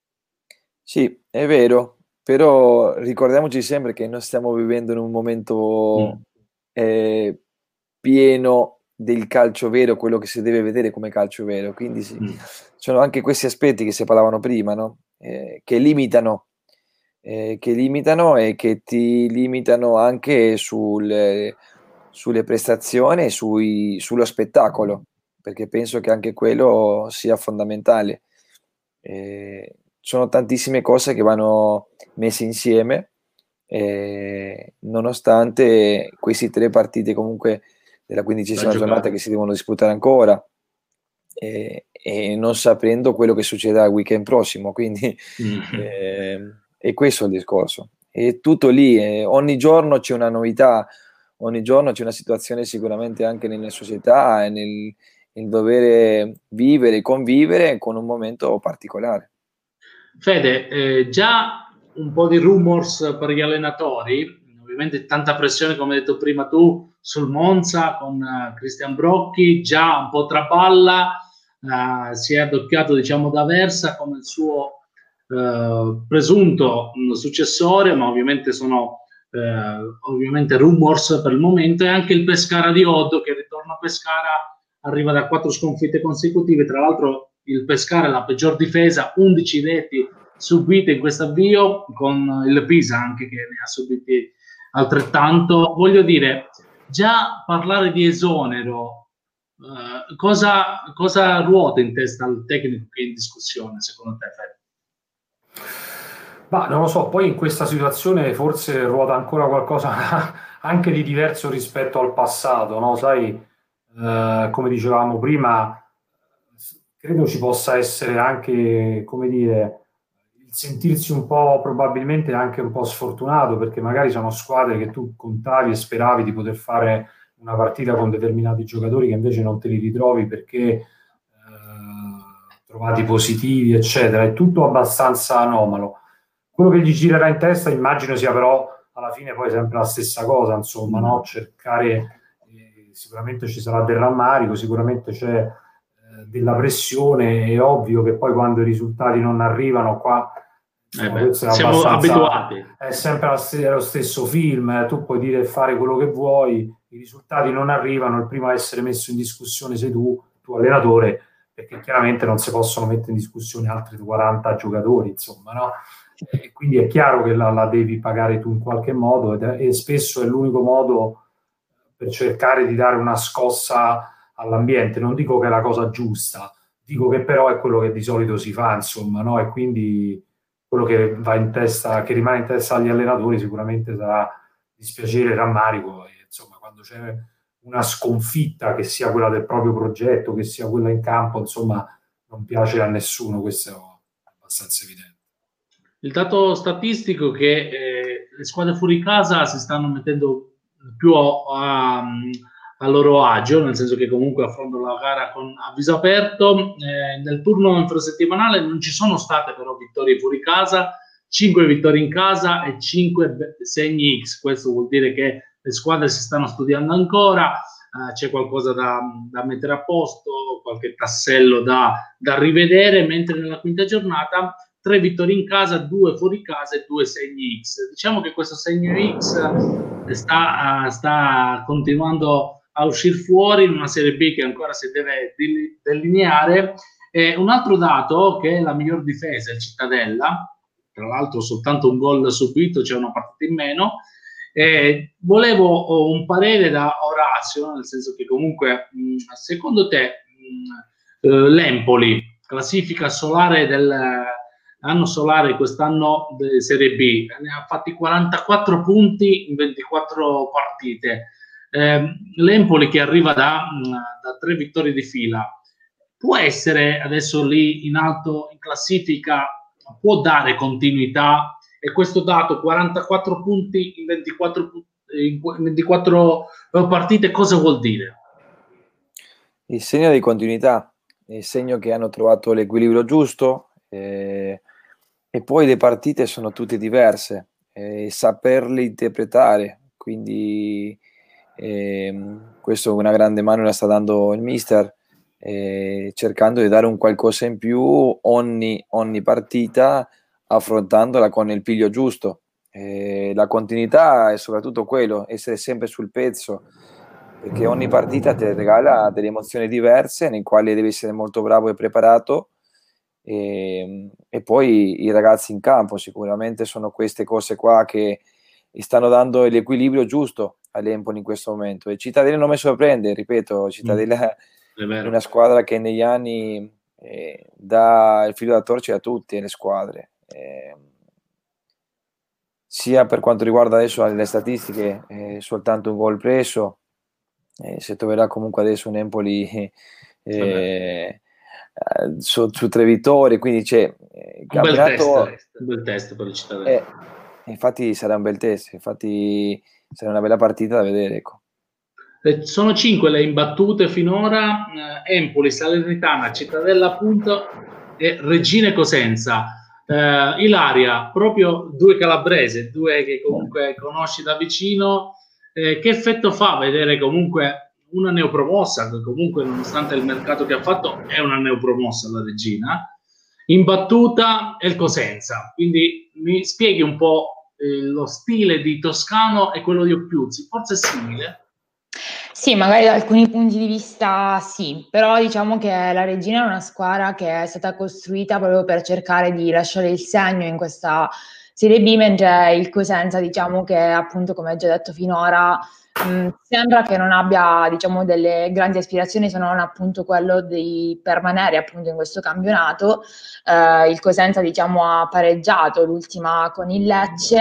Sì, è vero, però ricordiamoci sempre che noi stiamo vivendo in un momento mm. eh, pieno del calcio vero, quello che si deve vedere come calcio vero, quindi sì, mm. sono anche questi aspetti che si parlavano prima, no? eh, che limitano, eh, che limitano e che ti limitano anche sulle, sulle prestazioni e sui, sullo spettacolo, perché penso che anche quello sia fondamentale. Eh, sono tantissime cose che vanno messe insieme, eh, nonostante questi tre partite comunque della quindicesima giornata che si devono disputare ancora, eh, e non sapendo quello che succederà il weekend prossimo, quindi mm-hmm. eh, è questo il discorso. È tutto lì, eh, ogni giorno c'è una novità, ogni giorno c'è una situazione sicuramente anche nella società e nel, nel dover vivere e convivere con un momento particolare. Fede, eh, già un po' di rumors per gli allenatori, ovviamente tanta pressione, come hai detto prima tu, sul Monza con uh, Christian Brocchi, già un po' trapalla, uh, si è addocchiato diciamo da Versa come il suo uh, presunto successore, ma ovviamente sono uh, ovviamente rumors per il momento, e anche il Pescara di Oddo che ritorna a Pescara, arriva da quattro sconfitte consecutive, tra l'altro il Pescara è la peggior difesa, undici reti subite in questo avvio, con il Pisa anche che ne ha subiti altrettanto. Voglio dire, già parlare di esonero, eh, cosa, cosa ruota in testa al tecnico che è in discussione, secondo te, Fede? Ma non lo so, poi in questa situazione forse ruota ancora qualcosa anche di diverso rispetto al passato, no? Sai, eh, come dicevamo prima, credo ci possa essere anche, come dire, il sentirsi un po', probabilmente anche un po' sfortunato, perché magari sono squadre che tu contavi e speravi di poter fare una partita con determinati giocatori che invece non te li ritrovi perché eh, trovati positivi, eccetera. È tutto abbastanza anomalo. Quello che gli girerà in testa, immagino sia però alla fine poi sempre la stessa cosa, insomma, no? Cercare, eh, sicuramente ci sarà del rammarico, sicuramente c'è della pressione, è ovvio che poi quando i risultati non arrivano qua eh beh, siamo abituati, è sempre lo stesso film, eh, tu puoi dire e fare quello che vuoi, i risultati non arrivano, il primo a essere messo in discussione sei tu, tuo allenatore, perché chiaramente non si possono mettere in discussione altri quaranta giocatori, insomma, no? E quindi è chiaro che la, la devi pagare tu in qualche modo, ed è, e spesso è l'unico modo per cercare di dare una scossa all'ambiente. Non dico che è la cosa giusta, dico che però è quello che di solito si fa, insomma, no? E quindi quello che va in testa, che rimane in testa agli allenatori sicuramente sarà dispiacere, rammarico, e, insomma, quando c'è una sconfitta, che sia quella del proprio progetto, che sia quella in campo, insomma, non piace a nessuno, questo è abbastanza evidente. Il dato statistico è che eh, le squadre fuori casa si stanno mettendo più a, a a loro agio, nel senso che comunque affrontano la gara con a viso aperto. Eh, nel turno infrasettimanale non ci sono state però vittorie fuori casa, cinque vittorie in casa e cinque segni X. Questo vuol dire che le squadre si stanno studiando ancora. uh, c'è qualcosa da, da mettere a posto, qualche tassello da, da rivedere, mentre nella quinta giornata tre vittorie in casa, due fuori casa e due segni X. Diciamo che questo segno X sta, uh, sta continuando a uscire fuori in una Serie B che ancora si deve delineare. E un altro dato, che è la miglior difesa, il Cittadella, tra l'altro soltanto un gol subito, c'è una partita in meno. Eh, volevo un parere da Orazio, nel senso che comunque mh, secondo te mh, eh, l'Empoli, classifica solare dell'anno solare quest'anno di Serie B, ne ha fatti quarantaquattro punti in ventiquattro partite. Eh, L'Empoli che arriva da, mh, da tre vittorie di fila, può essere adesso lì in alto in classifica, può dare continuità? E questo dato, quarantaquattro punti in ventiquattro, in ventiquattro partite, cosa vuol dire? Il segno di continuità, il segno che hanno trovato l'equilibrio giusto, eh, e poi le partite sono tutte diverse, eh, saperle interpretare, quindi eh, questo una grande mano la sta dando il mister, eh, cercando di dare un qualcosa in più ogni, ogni partita, affrontandola con il piglio giusto. Eh, la continuità è soprattutto quello, essere sempre sul pezzo, perché ogni partita ti regala delle emozioni diverse, nei quali devi essere molto bravo e preparato, e, e poi i ragazzi in campo sicuramente sono queste cose qua che stanno dando l'equilibrio giusto all'Empoli in questo momento. E Cittadella non mi sorprende, ripeto, Cittadella mm, è, è una squadra che negli anni eh, dà il filo da torcere a tutte le squadre, eh, sia per quanto riguarda adesso le statistiche, eh, soltanto un gol preso, eh, si troverà comunque adesso un Empoli eh, eh, su, su tre vittorie, quindi c'è eh, un bel test, un bel test per il Cittadella. Eh, infatti sarà un bel test, infatti sarà una bella partita da vedere, ecco. Sono cinque le imbattute finora, eh, Empoli, Salernitana, Cittadella appunto e Reggina e Cosenza. Eh, Ilaria, proprio due calabrese, due che comunque conosci da vicino, eh, che effetto fa vedere comunque una neopromossa, che comunque nonostante il mercato che ha fatto è una neopromossa la Reggina, imbattuta e il Cosenza. Quindi mi spieghi un po' eh, lo stile di Toscano e quello di Oppiuzzi, forse è simile? Sì, magari da alcuni punti di vista sì, però diciamo che la Reggina è una squadra che è stata costruita proprio per cercare di lasciare il segno in questa Serie B, mentre il Cosenza, diciamo che appunto, come hai già detto finora, mh, sembra che non abbia, diciamo, delle grandi aspirazioni, se non appunto quello di permanere appunto in questo campionato. Eh, il Cosenza, diciamo, ha pareggiato l'ultima con il Lecce,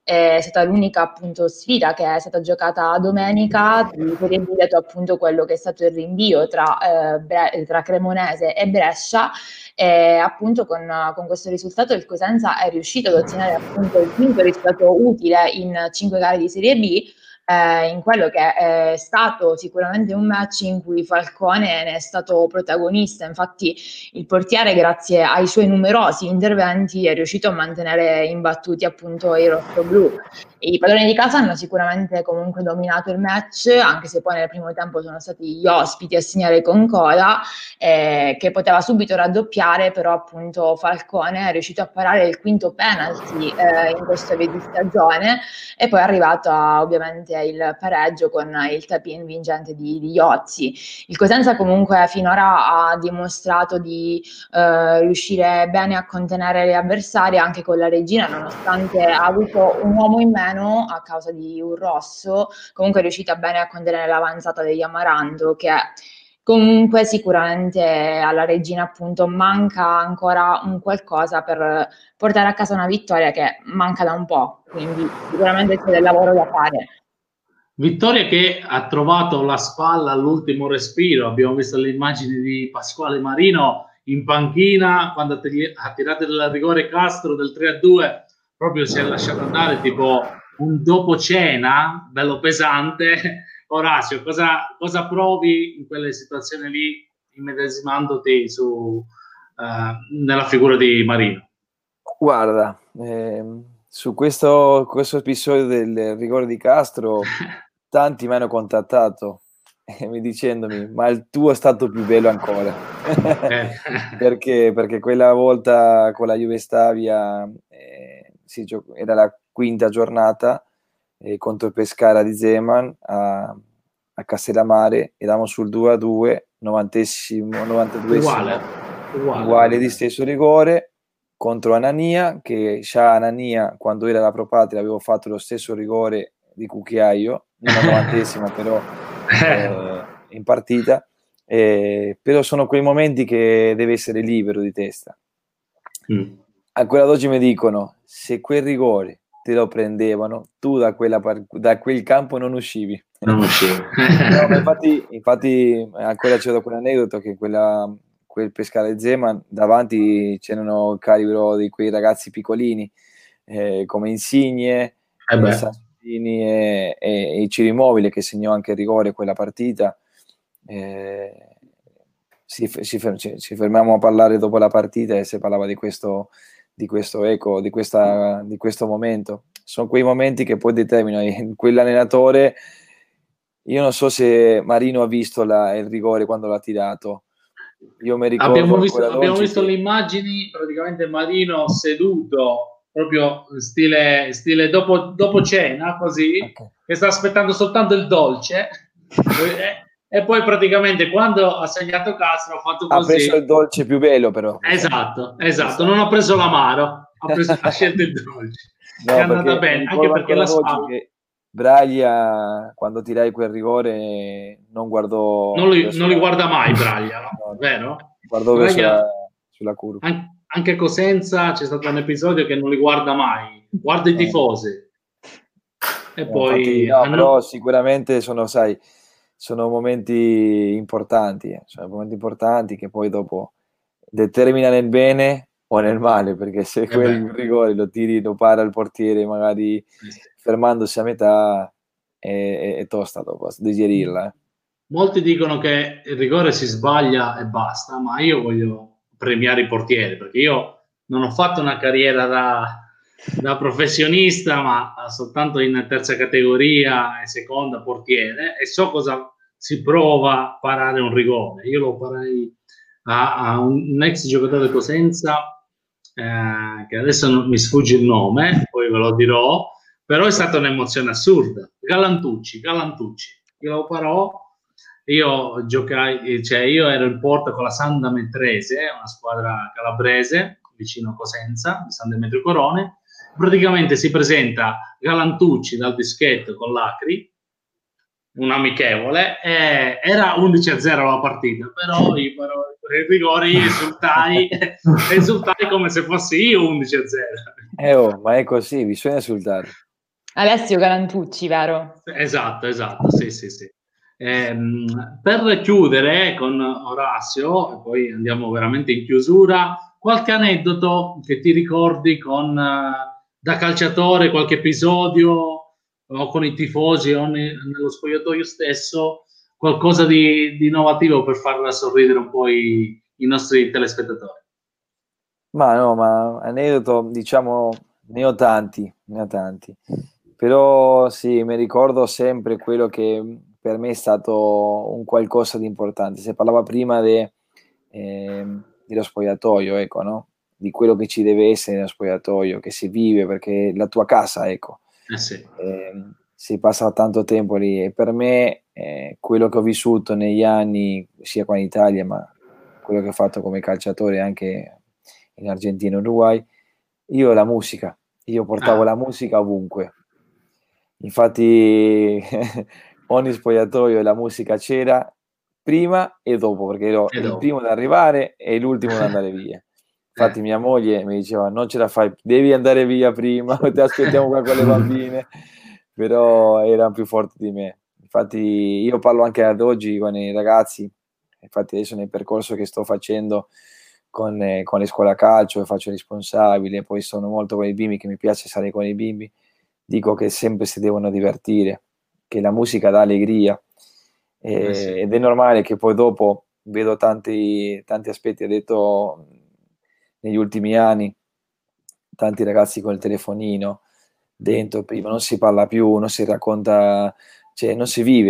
è stata l'unica appunto sfida che è stata giocata domenica, di Serie B, dato appunto quello che è stato il rinvio tra, eh, Bre- tra Cremonese e Brescia. E appunto con, con questo risultato il Cosenza è riuscito ad ottenere appunto il quinto risultato utile in cinque gare di Serie B, eh, in quello che è stato sicuramente un match in cui Falcone ne è stato protagonista. Infatti il portiere, grazie ai suoi numerosi interventi, è riuscito a mantenere imbattuti appunto i rossoblu. I padroni di casa hanno sicuramente comunque dominato il match, anche se poi nel primo tempo sono stati gli ospiti a segnare con coda, eh, che poteva subito raddoppiare, però appunto Falcone è riuscito a parare il quinto penalty eh, in questo avvio di stagione, e poi è arrivato a, ovviamente il pareggio con il tap-in vincente di, di Iozzi. Il Cosenza comunque finora ha dimostrato di eh, riuscire bene a contenere le avversarie anche con la Reggina, nonostante ha avuto un uomo in meno a causa di un rosso, comunque è riuscita bene a contenere l'avanzata degli Amarando, che comunque sicuramente alla Reggina appunto manca ancora un qualcosa per portare a casa una vittoria che manca da un po', quindi sicuramente c'è del lavoro da fare. Vittoria che ha trovato la spalla all'ultimo respiro. Abbiamo visto le immagini di Pasquale Marino in panchina quando ha tirato il rigore Castro del tre a due, proprio si è lasciato andare tipo un dopo cena bello pesante. Orazio, cosa, cosa provi in quelle situazioni lì, immedesimandoti su, uh, nella figura di Marino? Guarda, eh, su questo, questo episodio del rigore di Castro tanti mi hanno contattato mi dicendomi ma il tuo è stato più bello ancora. Eh. perché, perché quella volta con la Juve Stabia eh, si gioco, era la quinta giornata eh, contro il Pescara di Zeman a, a Castellammare, eravamo sul due a due, novantesimo, novantaduesimo, Uguale, uguale. uguale di stesso rigore contro Anania, che già Anania quando era la Pro Patria avevo fatto lo stesso rigore di Cucchiaio, non al novantesimo però eh, in partita, eh, però sono quei momenti che deve essere libero di testa. Mm. Ancora ad oggi mi dicono, se quel rigore te lo prendevano, tu da, quella par- da quel campo non uscivi. Non uscivi. No, ma infatti, infatti ancora c'è quell'aneddoto che quella, quel Pescara Zeman davanti c'erano il calibro di quei ragazzi piccolini eh, come Insigne, eh beh. Sansini e, e, e Ciro Immobile, che segnò anche il rigore quella partita. Eh, si, si, ci fermiamo a parlare dopo la partita e si parlava di questo, di questo eco, di, questa, di questo momento. Sono quei momenti che poi determinano quell'allenatore. Io non so se Marino ha visto la, il rigore quando l'ha tirato. Io mi ricordo abbiamo visto, abbiamo visto che... le immagini, praticamente Marino seduto proprio stile, stile dopo, dopo cena, così, okay, che sta aspettando soltanto il dolce e, e poi praticamente quando ha segnato Castro ha fatto così. Ha preso il dolce più bello però. Esatto, esatto, esatto. Non ha preso l'amaro, ha, preso, ha scelto il dolce. No, è andata bene, anche perché la spalla... che Braglia, quando tirai quel rigore, non guardò... Non li, non li guarda mai Braglia, no? No, Vero? Guardò Braglia, sulla, sulla curva. An- anche a Cosenza c'è stato un episodio che non li guarda mai, guarda i no. tifosi. E no, poi... infatti, no, hanno... però sicuramente sono, sai, sono momenti importanti, eh. Sono momenti importanti che poi dopo determina nel bene o nel male, perché se eh quel beh. rigore lo tiri, lo para il portiere magari fermandosi a metà è, è tosta dopo digerirla. Eh. Molti dicono che il rigore si sbaglia e basta, ma io voglio premiare i portieri, perché io non ho fatto una carriera da, da professionista, ma soltanto in terza categoria e seconda portiere, e so cosa si prova a parare un rigore. Io lo parai a, a un, un ex giocatore di Cosenza, eh, che adesso non mi sfugge il nome, poi ve lo dirò, però è stata un'emozione assurda. Galantucci, Galantucci, io lo parò. Io giocai, cioè io ero in porta con la San Demetrese, una squadra calabrese vicino a Cosenza, di San Demetrio Corone. Praticamente si presenta Galantucci dal dischetto con l'Acri, un amichevole, e era undici a zero la partita, però io però, per i rigori esultai, esultai come se fossi io undici a zero. Eh oh, ma è così, bisogna esultare. Alessio Galantucci, vero? Esatto, esatto, sì, sì, sì. Eh, per chiudere con Orazio, e poi andiamo veramente in chiusura, qualche aneddoto che ti ricordi con, uh, da calciatore, qualche episodio o con i tifosi o ne, nello spogliatoio stesso, qualcosa di, di innovativo per far sorridere un po' i, i nostri telespettatori? Ma no, ma aneddoto, diciamo, ne ho tanti, ne ho tanti, però sì, mi ricordo sempre quello che per me è stato un qualcosa di importante. Si parlava prima de, eh, dello spogliatoio, ecco, no? Di quello che ci deve essere nello spogliatoio, che si vive, perché la tua casa, ecco. Eh sì. eh, si passa tanto tempo lì e per me eh, quello che ho vissuto negli anni, sia qua in Italia, ma quello che ho fatto come calciatore anche in Argentina e Uruguay, io la musica, io portavo ah. la musica ovunque. Infatti ogni spogliatoio la musica c'era prima e dopo, perché ero e il dopo. primo ad arrivare e l'ultimo ad andare via. Infatti eh. mia moglie mi diceva non ce la fai, devi andare via prima, ti aspettiamo qua con le bambine, però erano più forti di me. Infatti io parlo anche ad oggi con i ragazzi, infatti adesso nel percorso che sto facendo con, eh, con le scuole a calcio, faccio responsabile, poi sono molto con i bimbi, che mi piace stare con i bimbi, dico che sempre si devono divertire, che la musica dà allegria eh, eh sì. ed è normale che poi dopo vedo tanti, tanti aspetti, ho detto negli ultimi anni, tanti ragazzi con il telefonino dentro, prima non si parla più, non si racconta, cioè non si vive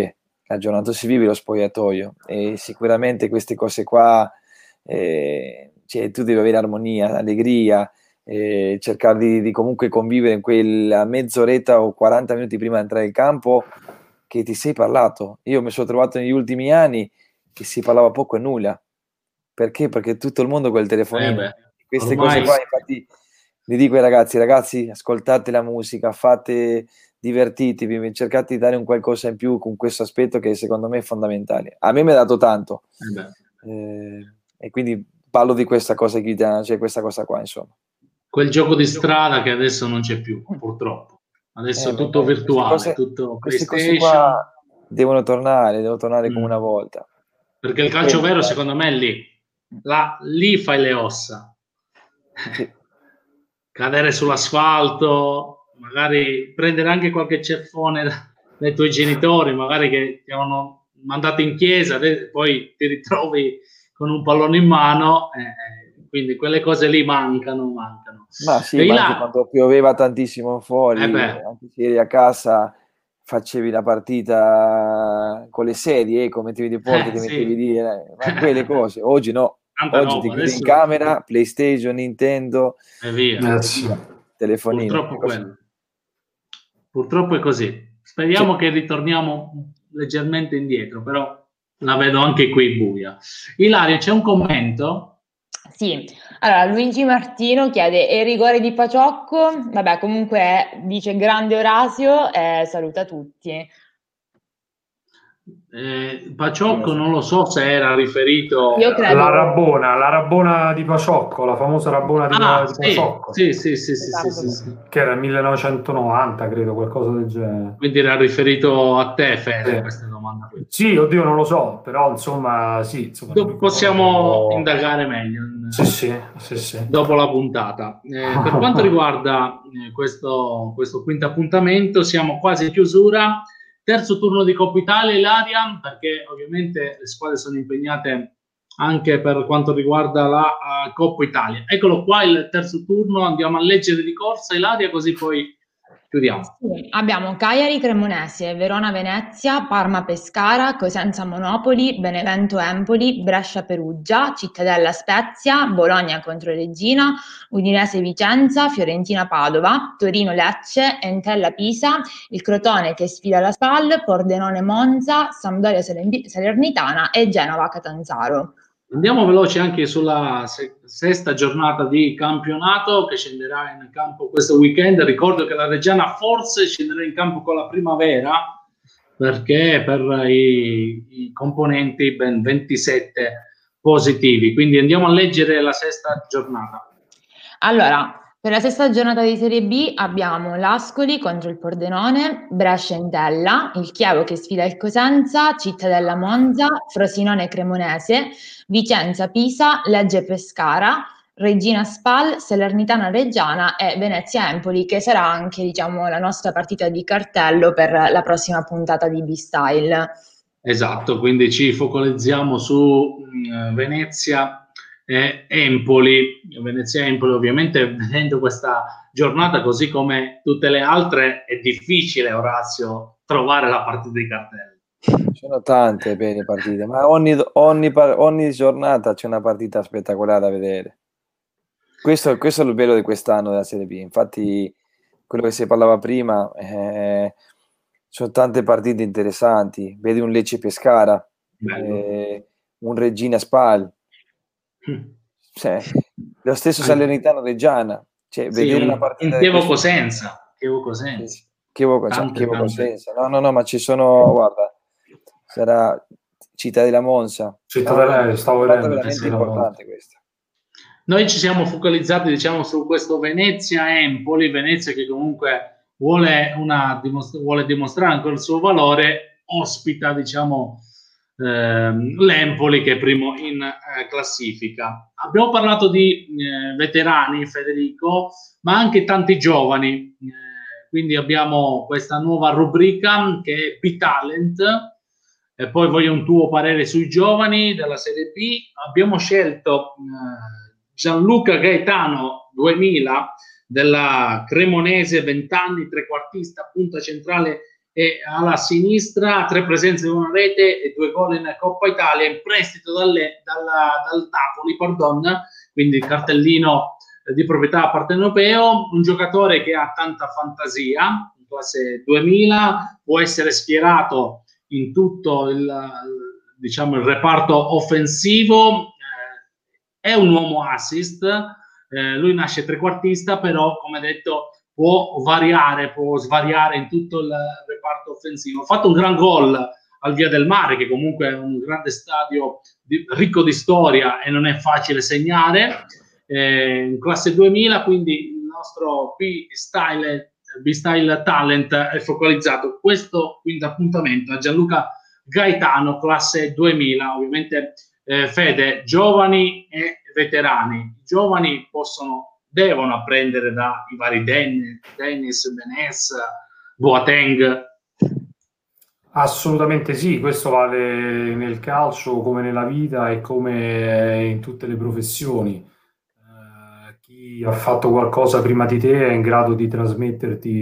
la giornata si vive lo spogliatoio, e sicuramente queste cose qua, eh, cioè, tu devi avere armonia, allegria, eh, cercare di, di comunque convivere in quella mezz'oretta o quaranta minuti prima di entrare in campo che ti sei parlato. Io mi sono trovato negli ultimi anni che si parlava poco e nulla. Perché? Perché tutto il mondo con il telefonino. Eh beh, Queste ormai cose qua, infatti, li dico ai ragazzi, ragazzi, ascoltate la musica, fate, divertitevi, cercate di dare un qualcosa in più con questo aspetto che secondo me è fondamentale. A me mi ha dato tanto. eh beh. Eh, e quindi parlo di questa cosa qui, cioè questa cosa qua, insomma. Quel gioco di strada che adesso non c'è più, purtroppo. Adesso Eh, è tutto beh, virtuale, queste cose, tutto queste cose PlayStation. qua devono tornare, devono tornare Mm. come una volta. Perché il calcio vero, secondo me, è lì. Là, lì fai le ossa. Sì. Cadere sull'asfalto, magari prendere anche qualche ceffone da- dai tuoi genitori, magari che ti avevano mandato in chiesa, adesso poi ti ritrovi con un pallone in mano, eh, quindi quelle cose lì mancano, mancano. Ma sì, E ma là- anche quando pioveva tantissimo fuori, Eh beh. anche se eri a casa, facevi la partita con le sedie, ecco, mettevi le porte, Eh, ti sì. mettevi lì, eh, ma quelle cose. Oggi no, Tanta oggi roba, ti chiudi in adesso- camera, PlayStation, Nintendo, E via. Eh, sì. telefonino. Purtroppo e così. quello. Purtroppo è così. Speriamo che ritorniamo leggermente indietro, però la vedo anche qui buia. Ilaria, c'è un commento? Sì, allora Luigi Martino chiede: e il rigore di Paciocco? Vabbè, comunque dice grande Orasio e saluta tutti. Eh, Paciocco non lo so se era riferito... Io credo- La Rabbona, la Rabbona di Paciocco, la famosa Rabbona di, Ah, di sì, Paciocco, sì, sì, sì, sì, Esatto. sì, sì, sì. che era il millenovecentonovanta, credo, qualcosa del genere. Quindi era riferito a te, Fede, Sì. questa domanda qui. Sì, oddio, non lo so, però insomma, sì. Insomma, Do- possiamo ricordo- indagare meglio in- Sì, sì, sì, sì. dopo la puntata. Eh, per quanto riguarda eh, questo, questo quinto appuntamento, siamo quasi in chiusura. Terzo turno di Coppa Italia, Ilaria, perché ovviamente le squadre sono impegnate anche per quanto riguarda la uh, Coppa Italia. Eccolo qua il terzo turno, andiamo a leggere di corsa, Ilaria, così poi chiudiamo. Sì, abbiamo Cagliari Cremonese, Verona Venezia, Parma Pescara, Cosenza Monopoli, Benevento Empoli, Brescia Perugia, Cittadella Spezia, Bologna contro Reggina, Udinese Vicenza, Fiorentina Padova, Torino Lecce, Entella Pisa, il Crotone che sfida la Spal, Pordenone Monza, Sampdoria Salernitana e Genova Catanzaro. Andiamo veloci anche sulla se- sesta giornata di campionato che scenderà in campo questo weekend. Ricordo che la Reggiana forse scenderà in campo con la Primavera, perché per i, i componenti ben ventisette positivi. Quindi andiamo a leggere la sesta giornata. Allora, per la sesta giornata di Serie B abbiamo l'Ascoli contro il Pordenone, Brescia Entella, il Chievo che sfida il Cosenza, Cittadella Monza, Frosinone Cremonese, Vicenza Pisa, Lecce Pescara, Reggina Spal, Salernitana Reggiana e Venezia Empoli, che sarà anche, diciamo, la nostra partita di cartello per la prossima puntata di B-Style. Esatto, quindi ci focalizziamo su mh, Venezia e Empoli. Venezia e Empoli, ovviamente, vedendo questa giornata così come tutte le altre, è difficile, Orazio, trovare la partita di cartello. Ci sono tante belle partite, ma ogni, ogni, ogni giornata c'è una partita spettacolare da vedere. Questo, questo è il bello di quest'anno della Serie B. Infatti, quello che si parlava prima, eh, sono tante partite interessanti. Vedi un Lecce Pescara, eh, un Reggina Spal, cioè, lo stesso Salernitano Reggiana. Cioè, sì, vedere un, una partita un Chievo Cosenza. Chievo Cosenza. Sì, Chievo, cioè, Chievo Cosenza. No, no, no, ma ci sono, guarda, sarà Cittadella Monza. Cittadella, stavo vedendo. Veramente Sì, importante no. questa. Noi ci siamo focalizzati, diciamo, su questo Venezia-Empoli, Venezia che comunque vuole, una, dimostra- vuole dimostrare ancora il suo valore, ospita, diciamo, ehm, l'Empoli che è primo in eh, classifica. Abbiamo parlato di eh, veterani, Federico, ma anche tanti giovani, eh, quindi abbiamo questa nuova rubrica che è B-Talent, e poi voglio un tuo parere sui giovani della Serie B. Abbiamo scelto eh, Gianluca Gaetano, duemila, della Cremonese, venti anni, trequartista, punta centrale e alla sinistra tre presenze di una rete e due gol in Coppa Italia, in prestito dalle, dalla, dal Napoli, pardon, quindi il cartellino di proprietà partenopeo, un giocatore che ha tanta fantasia, in classe duemila, può essere schierato in tutto il, diciamo, il reparto offensivo, eh, è un uomo assist, eh, lui nasce trequartista, però come detto può variare, può svariare in tutto il reparto offensivo. Ha fatto un gran gol al Via del Mare, che comunque è un grande stadio di, ricco di storia e non è facile segnare, eh, in classe duemila, quindi il nostro B-Style, B-Style Talent è focalizzato. Questo quindi appuntamento a Gianluca Gaetano, classe duemila, ovviamente eh, Fede, giovani e veterani. I giovani possono, devono apprendere dai vari Dennis, Dennis, Benes, Boateng. Assolutamente sì, questo vale nel calcio come nella vita e come in tutte le professioni. Eh, chi ha fatto qualcosa prima di te è in grado di trasmetterti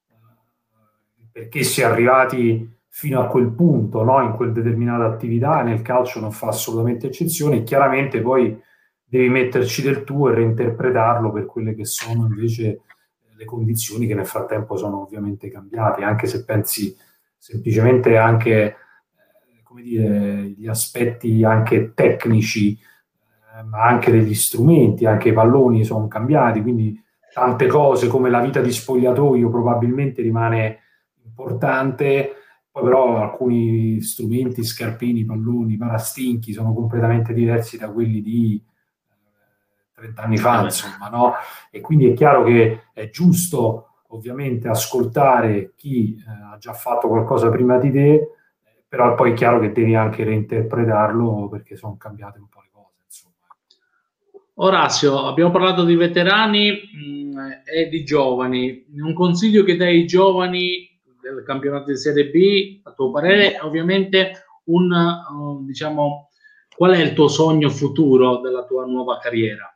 eh, perché si è arrivati fino a quel punto, no? In quel determinata attività, e nel calcio non fa assolutamente eccezione. Chiaramente poi devi metterci del tuo e reinterpretarlo per quelle che sono invece le condizioni che nel frattempo sono ovviamente cambiate, anche se pensi semplicemente anche eh, come dire, gli aspetti anche tecnici, eh, ma anche degli strumenti, anche i palloni sono cambiati, quindi tante cose come la vita di spogliatoio probabilmente rimane importante, poi però alcuni strumenti, scarpini, palloni, parastinchi sono completamente diversi da quelli di trenta anni fa, insomma, no? E quindi è chiaro che è giusto ovviamente ascoltare chi eh, ha già fatto qualcosa prima di te, però poi è chiaro che devi anche reinterpretarlo perché sono cambiate un po' le cose, insomma. Orazio, abbiamo parlato di veterani mh, e di giovani. Un consiglio che dai ai giovani del campionato di Serie B, a tuo parere, è ovviamente un, uh, diciamo, qual è il tuo sogno futuro della tua nuova carriera?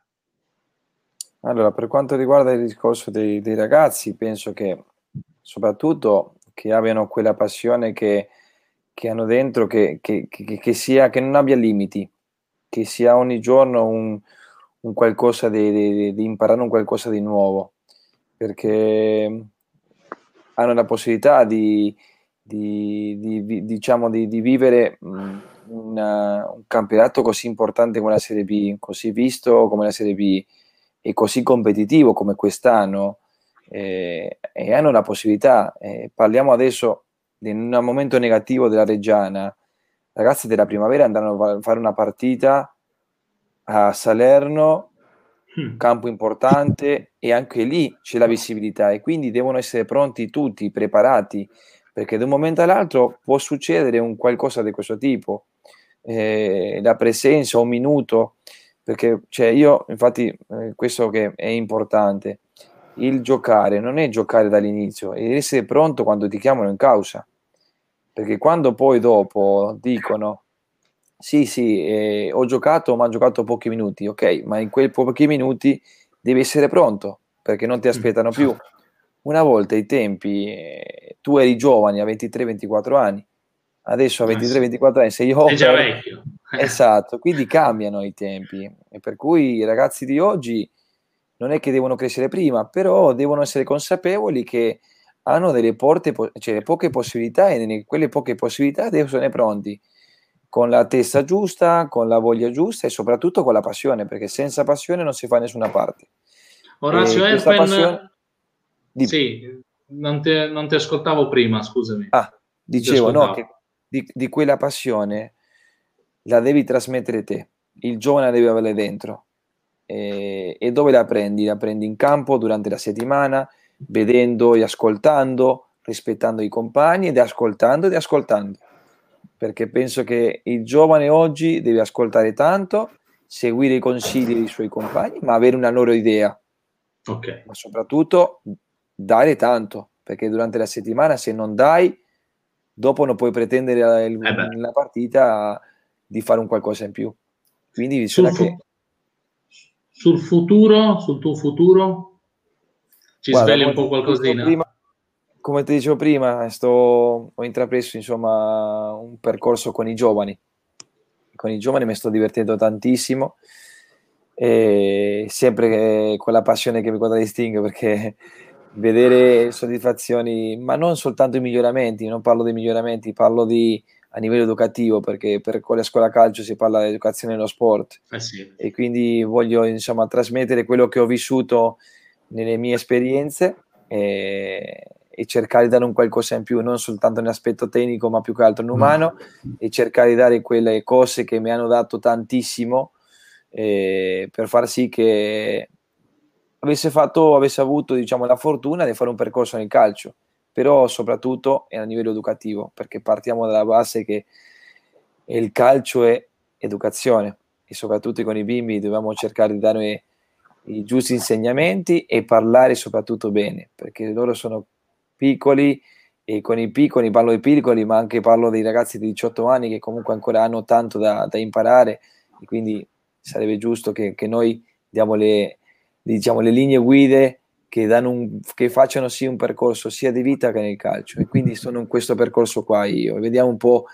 Allora, per quanto riguarda il discorso dei, dei ragazzi, penso che soprattutto che abbiano quella passione che, che hanno dentro, che, che, che, che sia, che non abbia limiti, che sia ogni giorno un, un qualcosa di, di, di imparare un qualcosa di nuovo, perché hanno la possibilità di, di, di, di diciamo, di, di vivere una, un campionato così importante come la Serie B, così visto come la Serie B, e così competitivo come quest'anno, eh, e hanno la possibilità, eh, parliamo adesso di un momento negativo della Reggiana, ragazzi della Primavera andranno a fare una partita a Salerno, mm. campo importante, e anche lì c'è la visibilità e quindi devono essere pronti tutti, preparati, perché da un momento all'altro può succedere un qualcosa di questo tipo, eh, la presenza, un minuto, perché cioè io infatti eh, questo che è importante, il giocare non è giocare dall'inizio, è essere pronto quando ti chiamano in causa, perché quando poi dopo dicono sì sì eh, ho giocato ma ho giocato pochi minuti, ok, ma in quei pochi minuti devi essere pronto perché non ti aspettano più. Una volta ai tempi eh, tu eri giovane a ventitré ventiquattro anni, adesso a ventitré ventiquattro anni sei over, già vecchio. Esatto, quindi cambiano i tempi e per cui i ragazzi di oggi non è che devono crescere prima, però devono essere consapevoli che hanno delle porte, cioè poche possibilità, e in quelle poche possibilità devono essere pronti con la testa giusta, con la voglia giusta e soprattutto con la passione, perché senza passione non si fa nessuna parte. Orazio Erpen, passione... sì, non ti, non ti ascoltavo prima, scusami. Ah, dicevo, no, che di, di quella passione la devi trasmettere te, il giovane deve averla dentro. E, e dove la prendi? La prendi in campo durante la settimana, vedendo e ascoltando, rispettando i compagni ed ascoltando ed ascoltando, perché penso che il giovane oggi deve ascoltare tanto, seguire i consigli dei suoi compagni, ma avere una loro idea, okay. Ma soprattutto dare tanto, perché durante la settimana se non dai, dopo non puoi pretendere il, eh la partita di fare un qualcosa in più. Quindi bisogna sul, che... sul futuro, sul tuo futuro, ci Guarda, svegli un po' qualcosina? Prima, come ti dicevo prima, sto, ho intrapreso insomma un percorso con i giovani. Con i giovani mi sto divertendo tantissimo, e sempre quella passione che mi contraddistingue, perché vedere soddisfazioni, ma non soltanto i miglioramenti, non parlo dei miglioramenti, parlo di a livello educativo, perché per con la scuola calcio si parla di educazione nello sport, eh sì. E quindi voglio insomma trasmettere quello che ho vissuto nelle mie esperienze e, e cercare di dare un qualcosa in più, non soltanto nell'aspetto tecnico ma più che altro in umano, e cercare di dare quelle cose che mi hanno dato tantissimo, eh, per far sì che avesse fatto, avesse avuto diciamo la fortuna di fare un percorso nel calcio, però soprattutto è a livello educativo, perché partiamo dalla base che il calcio è educazione, e soprattutto con i bimbi dobbiamo cercare di dare i giusti insegnamenti e parlare soprattutto bene, perché loro sono piccoli, e con i piccoli, parlo dei piccoli ma anche parlo dei ragazzi di diciotto anni che comunque ancora hanno tanto da, da imparare, e quindi sarebbe giusto che, che noi diamo le, diciamo, le linee guide che, danno un, che facciano sì un percorso sia di vita che nel calcio, e quindi sono in questo percorso qua io, vediamo un po'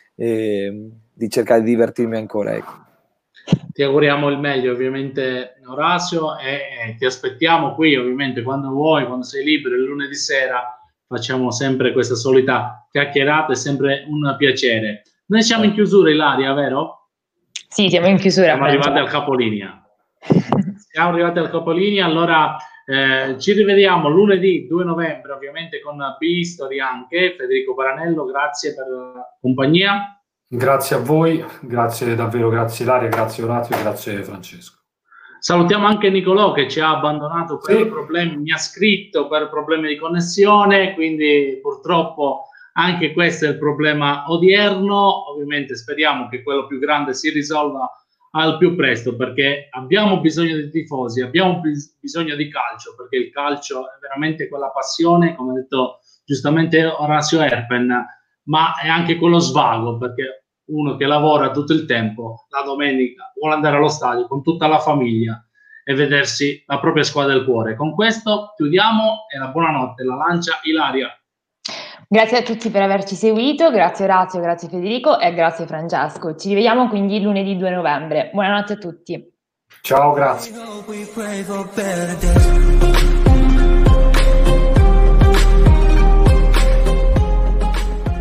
eh, di cercare di divertirmi ancora, ecco. Ti auguriamo il meglio ovviamente Orazio, e, e ti aspettiamo qui ovviamente quando vuoi, quando sei libero, il lunedì sera facciamo sempre questa solita chiacchierata, è sempre un piacere. Noi siamo in chiusura, Ilaria, vero? Sì, siamo in chiusura. Siamo arrivati al capolinea. Siamo arrivati al capolinea, allora eh, ci rivediamo lunedì due novembre ovviamente con B-History anche. Federico Paranello, grazie per la compagnia. Grazie a voi, grazie davvero, grazie Ilaria, grazie Orazio, grazie Francesco. Salutiamo anche Nicolò che ci ha abbandonato per sì. problemi, mi ha scritto per problemi di connessione, quindi purtroppo anche questo è il problema odierno. Ovviamente speriamo che quello più grande si risolva al più presto, perché abbiamo bisogno di tifosi, abbiamo bis- bisogno di calcio, perché il calcio è veramente quella passione, come ha detto giustamente Orazio Erpen, ma è anche quello svago, perché uno che lavora tutto il tempo, la domenica vuole andare allo stadio con tutta la famiglia e vedersi la propria squadra del cuore. Con questo chiudiamo e la buonanotte la lancia Ilaria. Grazie a tutti per averci seguito, grazie Orazio, grazie Federico e grazie Francesco. Ci rivediamo quindi lunedì due novembre. Buonanotte a tutti. Ciao, grazie.